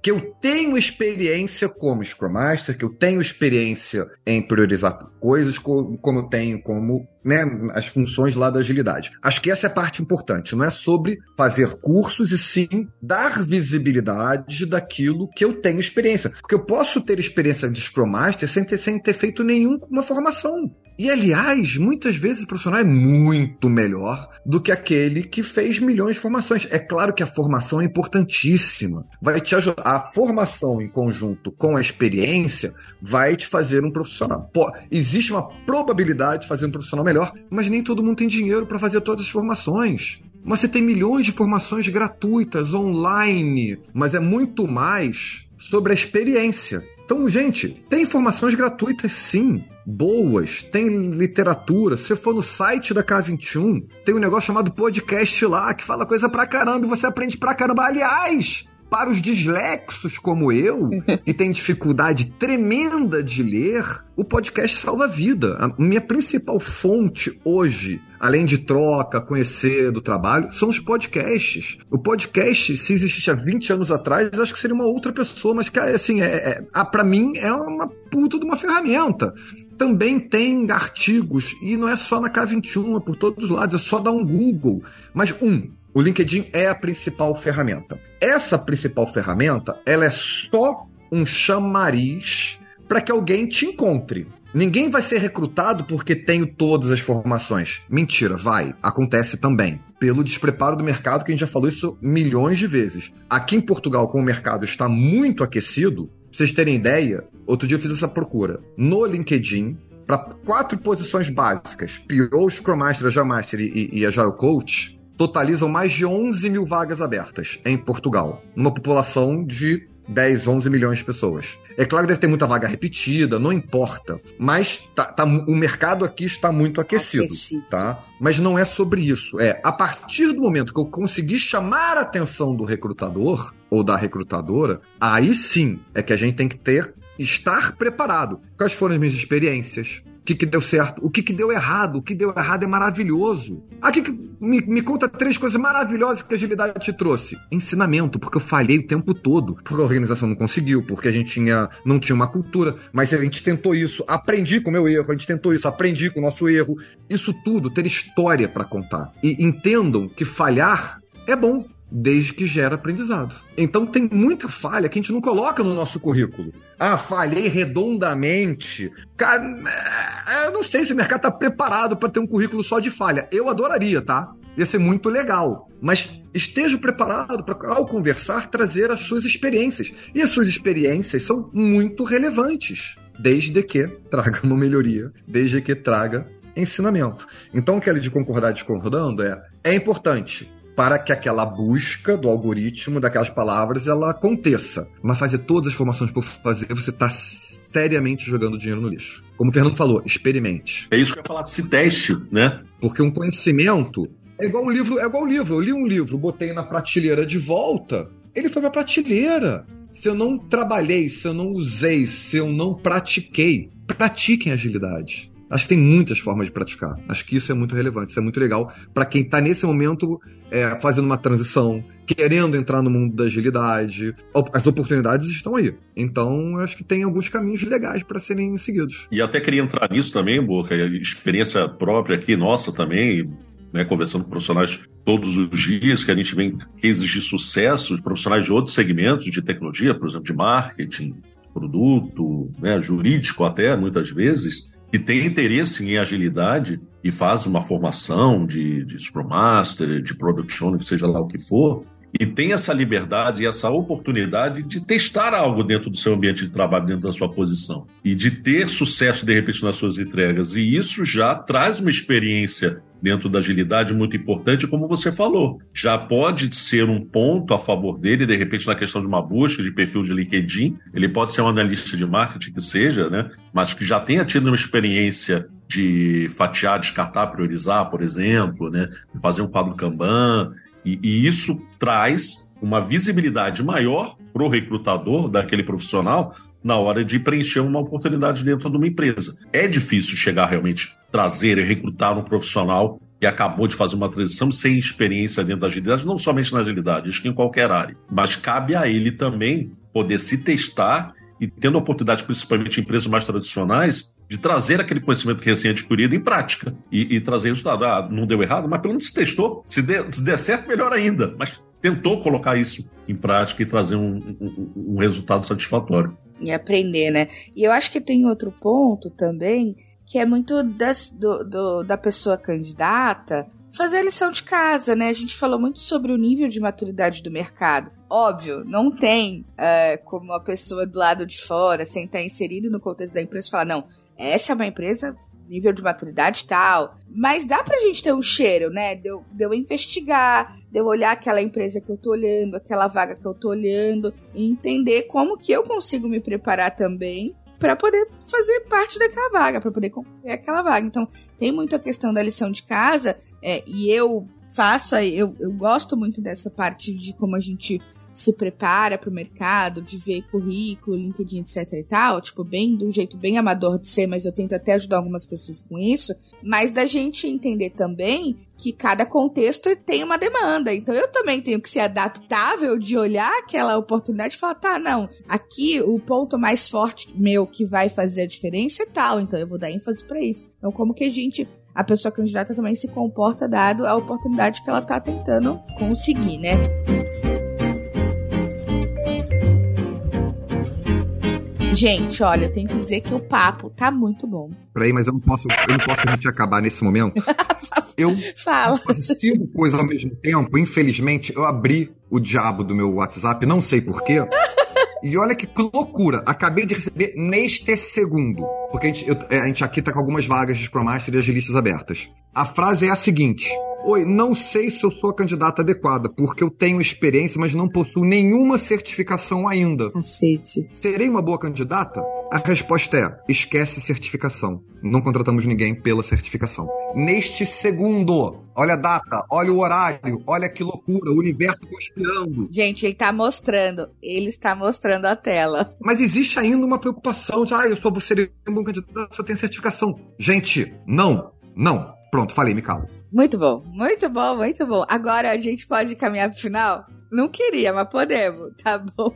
que eu tenho experiência como Scrum Master, que eu tenho experiência em priorizar coisas, como eu tenho como, né, as funções lá da agilidade. Acho que essa é a parte importante, não é sobre fazer cursos e sim dar visibilidade daquilo que eu tenho experiência. Porque eu posso ter experiência de Scrum Master sem ter feito nenhuma formação. E, aliás, muitas vezes o profissional é muito melhor do que aquele que fez milhões de formações. É claro que a formação é importantíssima. Vai te ajudar. A formação em conjunto com a experiência vai te fazer um profissional. Existe uma probabilidade de fazer um profissional melhor, mas nem todo mundo tem dinheiro para fazer todas as formações. Mas você tem milhões de formações gratuitas, online, mas é muito mais sobre a experiência. Então, gente, tem informações gratuitas sim, boas, tem literatura. Se você for no site da K21, tem um negócio chamado podcast lá, que fala coisa pra caramba e você aprende pra caramba. Aliás, para os dislexos como eu, que tem dificuldade tremenda de ler, o podcast salva a vida. A minha principal fonte hoje, além de troca, conhecer do trabalho, são os podcasts. O podcast, se existisse há 20 anos atrás, acho que seria uma outra pessoa, mas que, assim, pra mim é uma puta de uma ferramenta. Também tem artigos, e não é só na K21, é por todos os lados, é só dar um Google. Mas, o LinkedIn é a principal ferramenta. Essa principal ferramenta, ela é só um chamariz para que alguém te encontre. Ninguém vai ser recrutado porque tenho todas as formações. Mentira, vai. Acontece também. Pelo despreparo do mercado, que a gente já falou isso milhões de vezes. Aqui em Portugal, como o mercado está muito aquecido, pra vocês terem ideia, outro dia eu fiz essa procura. No LinkedIn, para 4 posições básicas, PO, Scrum Master, Agile Master e Agile Coach, totalizam mais de 11 mil vagas abertas em Portugal, numa população de 10, 11 milhões de pessoas. É claro que deve ter muita vaga repetida, não importa, mas o mercado aqui está muito aquecido, tá? Mas não é sobre isso. A partir do momento que eu conseguir chamar a atenção do recrutador ou da recrutadora, aí sim é que a gente tem que estar preparado. Quais foram as minhas experiências? O que deu certo? O que deu errado? O que deu errado é maravilhoso. Aqui me conta 3 coisas maravilhosas que a agilidade te trouxe. Ensinamento, porque eu falhei o tempo todo. Porque a organização não conseguiu, porque a gente não tinha uma cultura. Mas a gente tentou isso, aprendi com o meu erro, a gente tentou isso, aprendi com o nosso erro. Isso tudo, ter história para contar. E entendam que falhar é bom, desde que gera aprendizado. Então tem muita falha que a gente não coloca no nosso currículo. Falhei redondamente. Cara, eu não sei se o mercado está preparado para ter um currículo só de falha. Eu adoraria, tá? Ia ser muito legal. Mas esteja preparado para, ao conversar, trazer as suas experiências. E as suas experiências são muito relevantes, desde que traga uma melhoria, desde que traga ensinamento. Então, aquela de concordar discordando é importante para que aquela busca do algoritmo, daquelas palavras, ela aconteça. Mas fazer todas as formações por fazer, você está seriamente jogando dinheiro no lixo. Como o Fernando falou, experimente. É isso que eu ia falar, se teste, né? Porque um conhecimento é igual um livro. Eu li um livro, botei na prateleira de volta, ele foi para a prateleira. Se eu não trabalhei, se eu não usei, se eu não pratiquei, pratiquem agilidade. Acho que tem muitas formas de praticar. Acho que isso é muito relevante, isso é muito legal para quem está nesse momento fazendo uma transição, querendo entrar no mundo da agilidade. As oportunidades estão aí. Então, acho que tem alguns caminhos legais para serem seguidos. E até queria entrar nisso também, Boca, experiência própria aqui, nossa também, né, conversando com profissionais todos os dias, que a gente vê cases de sucesso, profissionais de outros segmentos de tecnologia, por exemplo, de marketing, produto, né, jurídico até, muitas vezes, que tem interesse em agilidade e faz uma formação de Scrum Master, de Product Owner, seja lá o que for, e tem essa liberdade e essa oportunidade de testar algo dentro do seu ambiente de trabalho, dentro da sua posição, e de ter sucesso, de repente, nas suas entregas. E isso já traz uma experiência dentro da agilidade muito importante, como você falou. Já pode ser um ponto a favor dele, de repente, na questão de uma busca de perfil de LinkedIn. Ele pode ser um analista de marketing que seja, né? Mas que já tenha tido uma experiência de fatiar, descartar, priorizar, por exemplo, né? Fazer um quadro Kanban. E isso traz uma visibilidade maior para o recrutador daquele profissional na hora de preencher uma oportunidade dentro de uma empresa. É difícil chegar realmente, trazer e recrutar um profissional que acabou de fazer uma transição sem experiência dentro da agilidade, não somente na agilidade, acho que em qualquer área. Mas cabe a ele também poder se testar e tendo a oportunidade, principalmente em empresas mais tradicionais, de trazer aquele conhecimento recém-adquirido em prática e trazer resultado. Não deu errado, mas pelo menos se testou. Se der certo, melhor ainda. Mas tentou colocar isso em prática e trazer um resultado satisfatório. E aprender, né? E eu acho que tem outro ponto também, que é muito da pessoa candidata fazer a lição de casa, né? A gente falou muito sobre o nível de maturidade do mercado. Óbvio, não tem como a pessoa do lado de fora, sem estar inserido no contexto da empresa, falar, não, essa é uma empresa nível de maturidade tal. Mas dá pra gente ter um cheiro, né? De eu investigar, de eu olhar aquela empresa que eu tô olhando, aquela vaga que eu tô olhando, e entender como que eu consigo me preparar também para poder fazer parte daquela vaga, para poder concorrer aquela vaga. Então, tem muito a questão da lição de casa, e eu gosto muito dessa parte de como a gente se prepara para o mercado, de ver currículo, LinkedIn, etc e tal, tipo, bem, de um jeito bem amador de ser, mas eu tento até ajudar algumas pessoas com isso, mas da gente entender também que cada contexto tem uma demanda, então eu também tenho que ser adaptável de olhar aquela oportunidade e falar, tá, não, aqui o ponto mais forte meu que vai fazer a diferença é tal, então eu vou dar ênfase para isso. Então como que a pessoa candidata também se comporta dado a oportunidade que ela tá tentando conseguir, né? Gente, olha, eu tenho que dizer que o papo tá muito bom. Peraí, mas eu não posso permitir acabar nesse momento. Fala. Eu faço 5 coisas ao mesmo tempo. Infelizmente, eu abri o diabo do meu WhatsApp, não sei porquê. E olha que loucura, acabei de receber neste segundo. Porque a gente aqui tá com algumas vagas de Scrum Master e agilistas abertas. A frase é a seguinte: oi, não sei se eu sou a candidata adequada, porque eu tenho experiência, mas não possuo nenhuma certificação ainda. Cacete. Serei uma boa candidata? A resposta é: esquece certificação. Não contratamos ninguém pela certificação. Neste segundo, olha a data, olha o horário, olha que loucura, o universo conspirando. Gente, ele está mostrando a tela. Mas existe ainda uma preocupação de, eu só vou ser um bom candidato se eu tenho certificação. Gente, não. Pronto, falei, me calo. Muito bom, muito bom, muito bom. Agora a gente pode caminhar pro final? Não queria, mas podemos, tá bom?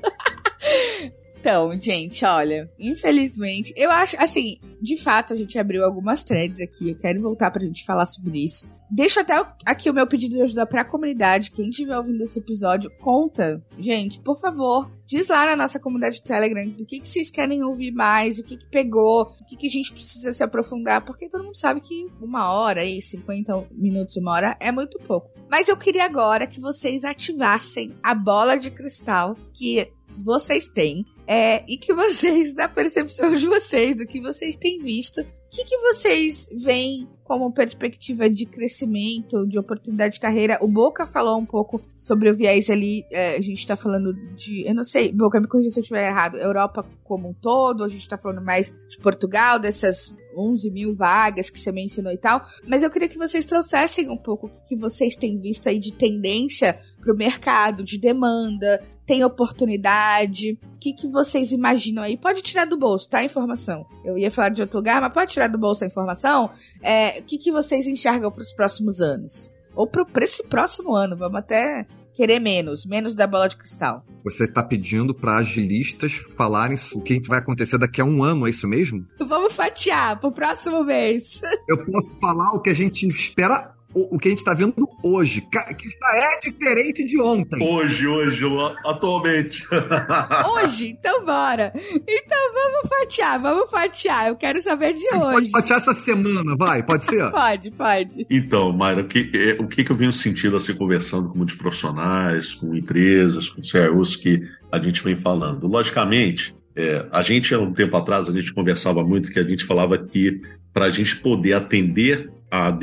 Então, gente, olha, infelizmente, eu acho, assim, de fato a gente abriu algumas threads aqui, eu quero voltar pra gente falar sobre isso. Deixo até aqui o meu pedido de ajuda pra comunidade, quem estiver ouvindo esse episódio, conta, gente, por favor, diz lá na nossa comunidade de Telegram do que vocês querem ouvir mais, o que pegou, o que a gente precisa se aprofundar, porque todo mundo sabe que 1 hora aí, 50 minutos, 1 hora é muito pouco. Mas eu queria agora que vocês ativassem a bola de cristal que vocês têm, e que vocês, na percepção de vocês, do que vocês têm visto, o que vocês veem como perspectiva de crescimento, de oportunidade de carreira? O Boca falou um pouco sobre o viés ali, a gente tá falando de, eu não sei, Boca, me corrija se eu estiver errado, Europa como um todo, a gente tá falando mais de Portugal, dessas 11 mil vagas que você mencionou e tal, mas eu queria que vocês trouxessem um pouco o que vocês têm visto aí de tendência pro mercado, de demanda, tem oportunidade, o que vocês imaginam aí? Pode tirar do bolso, tá? A informação. Eu ia falar de outro lugar, mas pode tirar do bolso a informação. O que vocês enxergam pros próximos anos? Ou pra esse próximo ano, vamos até querer menos da bola de cristal. Você está pedindo para agilistas falarem o que vai acontecer daqui a 1 ano, é isso mesmo? Vamos fatiar pro próximo mês. Eu posso falar o que a gente espera, o que a gente está vendo hoje, que já é diferente de ontem. Hoje, atualmente. Hoje? Então bora. Então vamos fatiar. Eu quero saber de hoje. Pode fatiar essa semana, vai, pode ser? Pode. Então, Mayra, o que eu venho sentindo assim, conversando com muitos profissionais, com empresas, com CEOs que a gente vem falando. Logicamente, a gente, há um tempo atrás, a gente conversava muito, que a gente falava que para a gente poder atender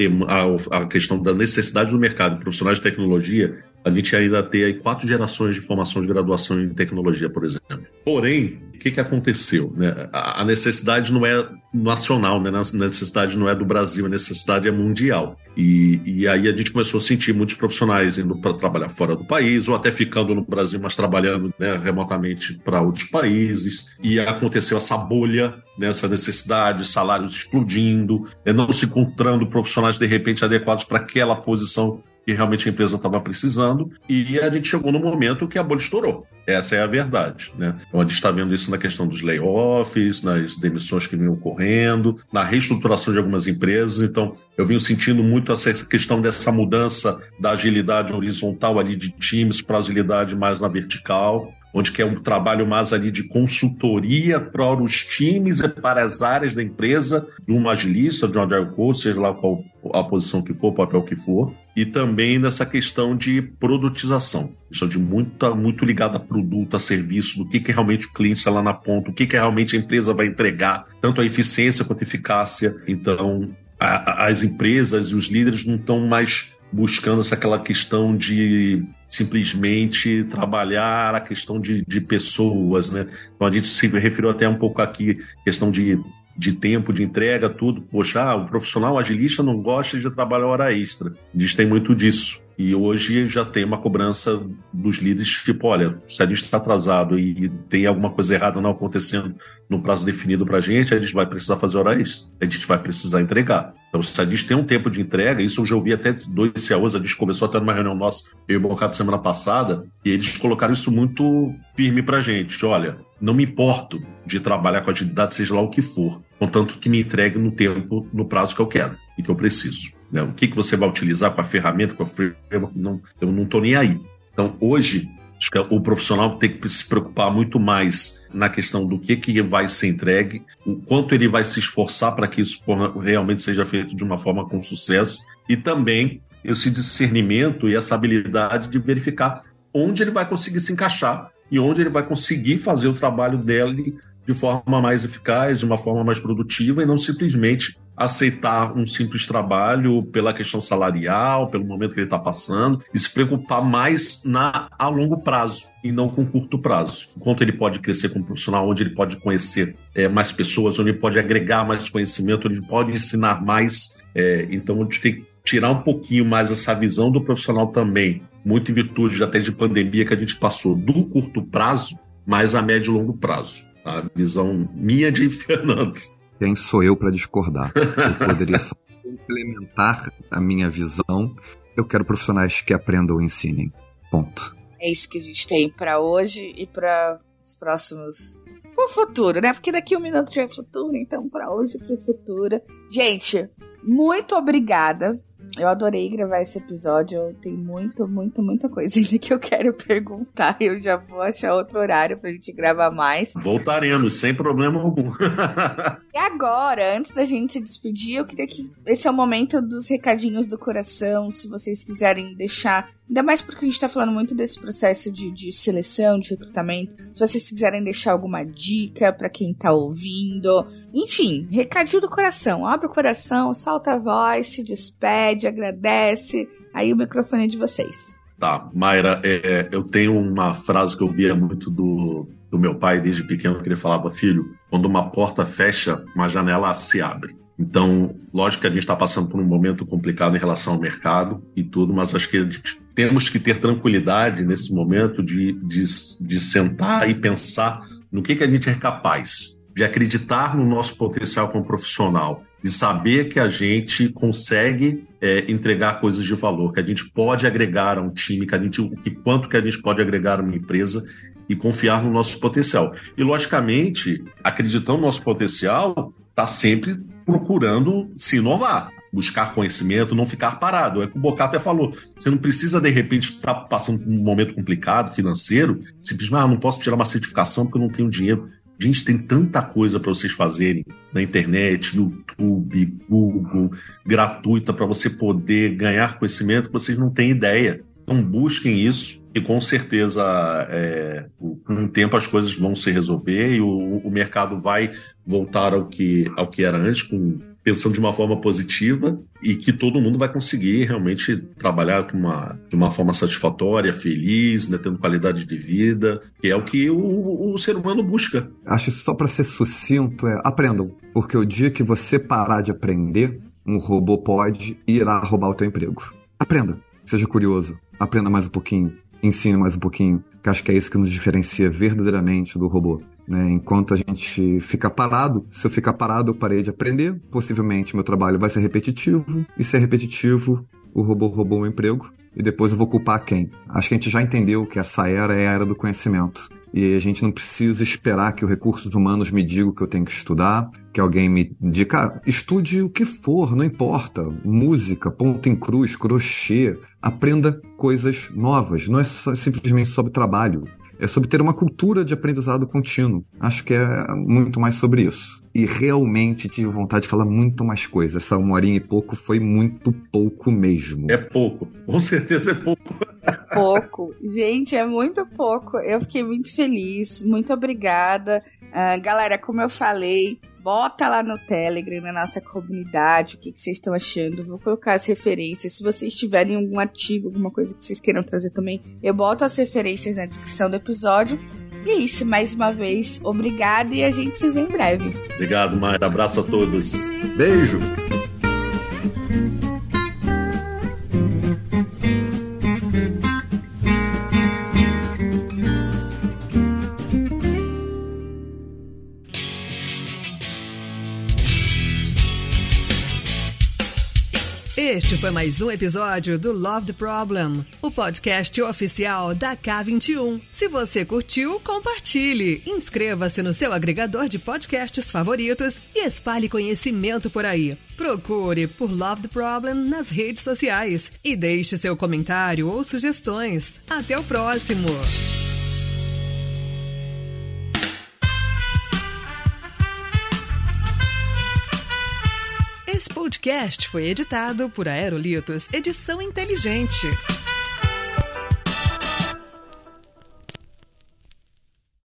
a questão da necessidade do mercado de profissionais de tecnologia, a gente ainda tem aí 4 gerações de formação de graduação em tecnologia, por exemplo. Porém, o que aconteceu? Né? A necessidade não é nacional, né? A necessidade não é do Brasil, a necessidade é mundial. E aí a gente começou a sentir muitos profissionais indo para trabalhar fora do país, ou até ficando no Brasil, mas trabalhando, né, remotamente para outros países. E aconteceu essa bolha, né, essa necessidade, salários explodindo, não se encontrando profissionais de repente adequados para aquela posição que realmente a empresa estava precisando, e a gente chegou no momento que a bolha estourou. Essa é a verdade, né? Então a gente está vendo isso na questão dos layoffs, nas demissões que vinham ocorrendo, na reestruturação de algumas empresas. Então eu venho sentindo muito essa questão dessa mudança da agilidade horizontal ali de times para agilidade mais na vertical, onde que é um trabalho mais ali de consultoria para os times e para as áreas da empresa, de um agilista, de um agile coach, seja lá qual a posição que for, o papel que for, e também nessa questão de produtização. Isso é muito ligado a produto, a serviço, do que realmente o cliente está lá na ponta, o que realmente a empresa vai entregar, tanto a eficiência quanto a eficácia. Então, as empresas e os líderes não estão mais buscando aquela questão de simplesmente trabalhar a questão de pessoas, né? Então a gente se referiu até um pouco aqui, questão de tempo, de entrega, tudo. Poxa, o profissional agilista não gosta de trabalhar hora extra. Diz tem muito disso. E hoje já tem uma cobrança dos líderes, tipo, olha, se a gente está atrasado e tem alguma coisa errada não acontecendo no prazo definido para a gente vai precisar fazer hora extra. A gente vai precisar entregar. Então, se a gente tem um tempo de entrega, isso eu já ouvi até 2 CEOs, a gente conversou até numa reunião nossa, eu e o Bocato semana passada, e eles colocaram isso muito firme para a gente. Olha, não me importo de trabalhar com agilidade, seja lá o que for, contanto que me entregue no tempo, no prazo que eu quero e que eu preciso. Né? O que você vai utilizar com a ferramenta, com a framework, eu não estou nem aí. Então, hoje, acho que o profissional tem que se preocupar muito mais na questão do que vai ser entregue, o quanto ele vai se esforçar para que isso realmente seja feito de uma forma com sucesso, e também esse discernimento e essa habilidade de verificar onde ele vai conseguir se encaixar e onde ele vai conseguir fazer o trabalho dele de forma mais eficaz, de uma forma mais produtiva, e não simplesmente aceitar um simples trabalho pela questão salarial, pelo momento que ele está passando, e se preocupar mais a longo prazo e não com curto prazo. Enquanto ele pode crescer como profissional, onde ele pode conhecer mais pessoas, onde ele pode agregar mais conhecimento, onde ele pode ensinar mais. Então, a gente tem que tirar um pouquinho mais essa visão do profissional também, muito em virtude até de pandemia que a gente passou do curto prazo, mais a médio e longo prazo. A visão minha de Fernando. Quem sou eu para discordar? Eu poderia só complementar a minha visão. Eu quero profissionais que aprendam e ensinem. Ponto. É isso que a gente tem para hoje e para os próximos... Para o futuro, né? Porque daqui 1 minuto já é futuro, então para hoje e para o futuro. Gente, muito obrigada. Eu adorei gravar esse episódio. Tem muita coisa ainda que eu quero perguntar. Eu já vou achar outro horário pra gente gravar mais. Voltaremos, sem problema algum. E agora, antes da gente se despedir, eu queria que esse é o momento dos recadinhos do coração. Se vocês quiserem deixar, ainda mais porque a gente tá falando muito desse processo de seleção, de recrutamento. Se vocês quiserem deixar alguma dica pra quem tá ouvindo. Enfim, recadinho do coração. Abre o coração, solta a voz, se despede, agradece. Aí o microfone é de vocês. Tá, Mayra, eu tenho uma frase que eu via muito do meu pai desde pequeno, que ele falava: filho, quando uma porta fecha, uma janela se abre. Então, lógico que a gente está passando por um momento complicado em relação ao mercado e tudo, mas acho que temos que ter tranquilidade nesse momento de sentar e pensar no que a gente é capaz, de acreditar no nosso potencial como profissional, de saber que a gente consegue entregar coisas de valor, que a gente pode agregar a um time, quanto que a gente pode agregar a uma empresa, e confiar no nosso potencial. E, logicamente, acreditando no nosso potencial, está sempre procurando se inovar, buscar conhecimento, não ficar parado. É o que o Bocato até falou. Você não precisa, de repente, estar passando por um momento complicado, financeiro, simplesmente, não posso tirar uma certificação porque eu não tenho dinheiro. Gente, tem tanta coisa para vocês fazerem na internet, YouTube, Google, gratuita, para você poder ganhar conhecimento que vocês não têm ideia. Então busquem isso e com certeza com o tempo as coisas vão se resolver e o mercado vai voltar ao que era antes, pensando de uma forma positiva, e que todo mundo vai conseguir realmente trabalhar de uma forma satisfatória, feliz, né, tendo qualidade de vida, que é o que o ser humano busca. Acho que só para ser sucinto aprendam, porque o dia que você parar de aprender, um robô pode e irá roubar o teu emprego. Aprenda, seja curioso, aprenda mais um pouquinho, ensine mais um pouquinho, que acho que é isso que nos diferencia verdadeiramente do robô. Né? Enquanto a gente fica parado, se eu ficar parado, eu parei de aprender, possivelmente meu trabalho vai ser repetitivo, e se é repetitivo, o robô roubou o emprego, e depois eu vou culpar quem? Acho que a gente já entendeu que essa era é a era do conhecimento. E a gente não precisa esperar que os recursos humanos me digam que eu tenho que estudar, que alguém me diga, estude o que for, não importa. Música, ponto em cruz, crochê, aprenda coisas novas. Não é simplesmente sobre trabalho. É sobre ter uma cultura de aprendizado contínuo. Acho que é muito mais sobre isso. E realmente tive vontade de falar muito mais coisas. Essa 1 horinha e pouco foi muito pouco mesmo. É pouco. Com certeza é pouco. Pouco. Gente, é muito pouco. Eu fiquei muito feliz. Muito obrigada. Galera, como eu falei, bota lá no Telegram, na nossa comunidade, o que vocês estão achando. Vou colocar as referências. Se vocês tiverem algum artigo, alguma coisa que vocês queiram trazer também, eu boto as referências na descrição do episódio. E é isso, mais uma vez, obrigada e a gente se vê em breve. Obrigado, Mayra. Abraço a todos. Beijo! Este foi mais um episódio do Love the Problem, o podcast oficial da K21. Se você curtiu, compartilhe, inscreva-se no seu agregador de podcasts favoritos e espalhe conhecimento por aí. Procure por Love the Problem nas redes sociais e deixe seu comentário ou sugestões. Até o próximo! Esse podcast foi editado por Aerolitos Edição Inteligente.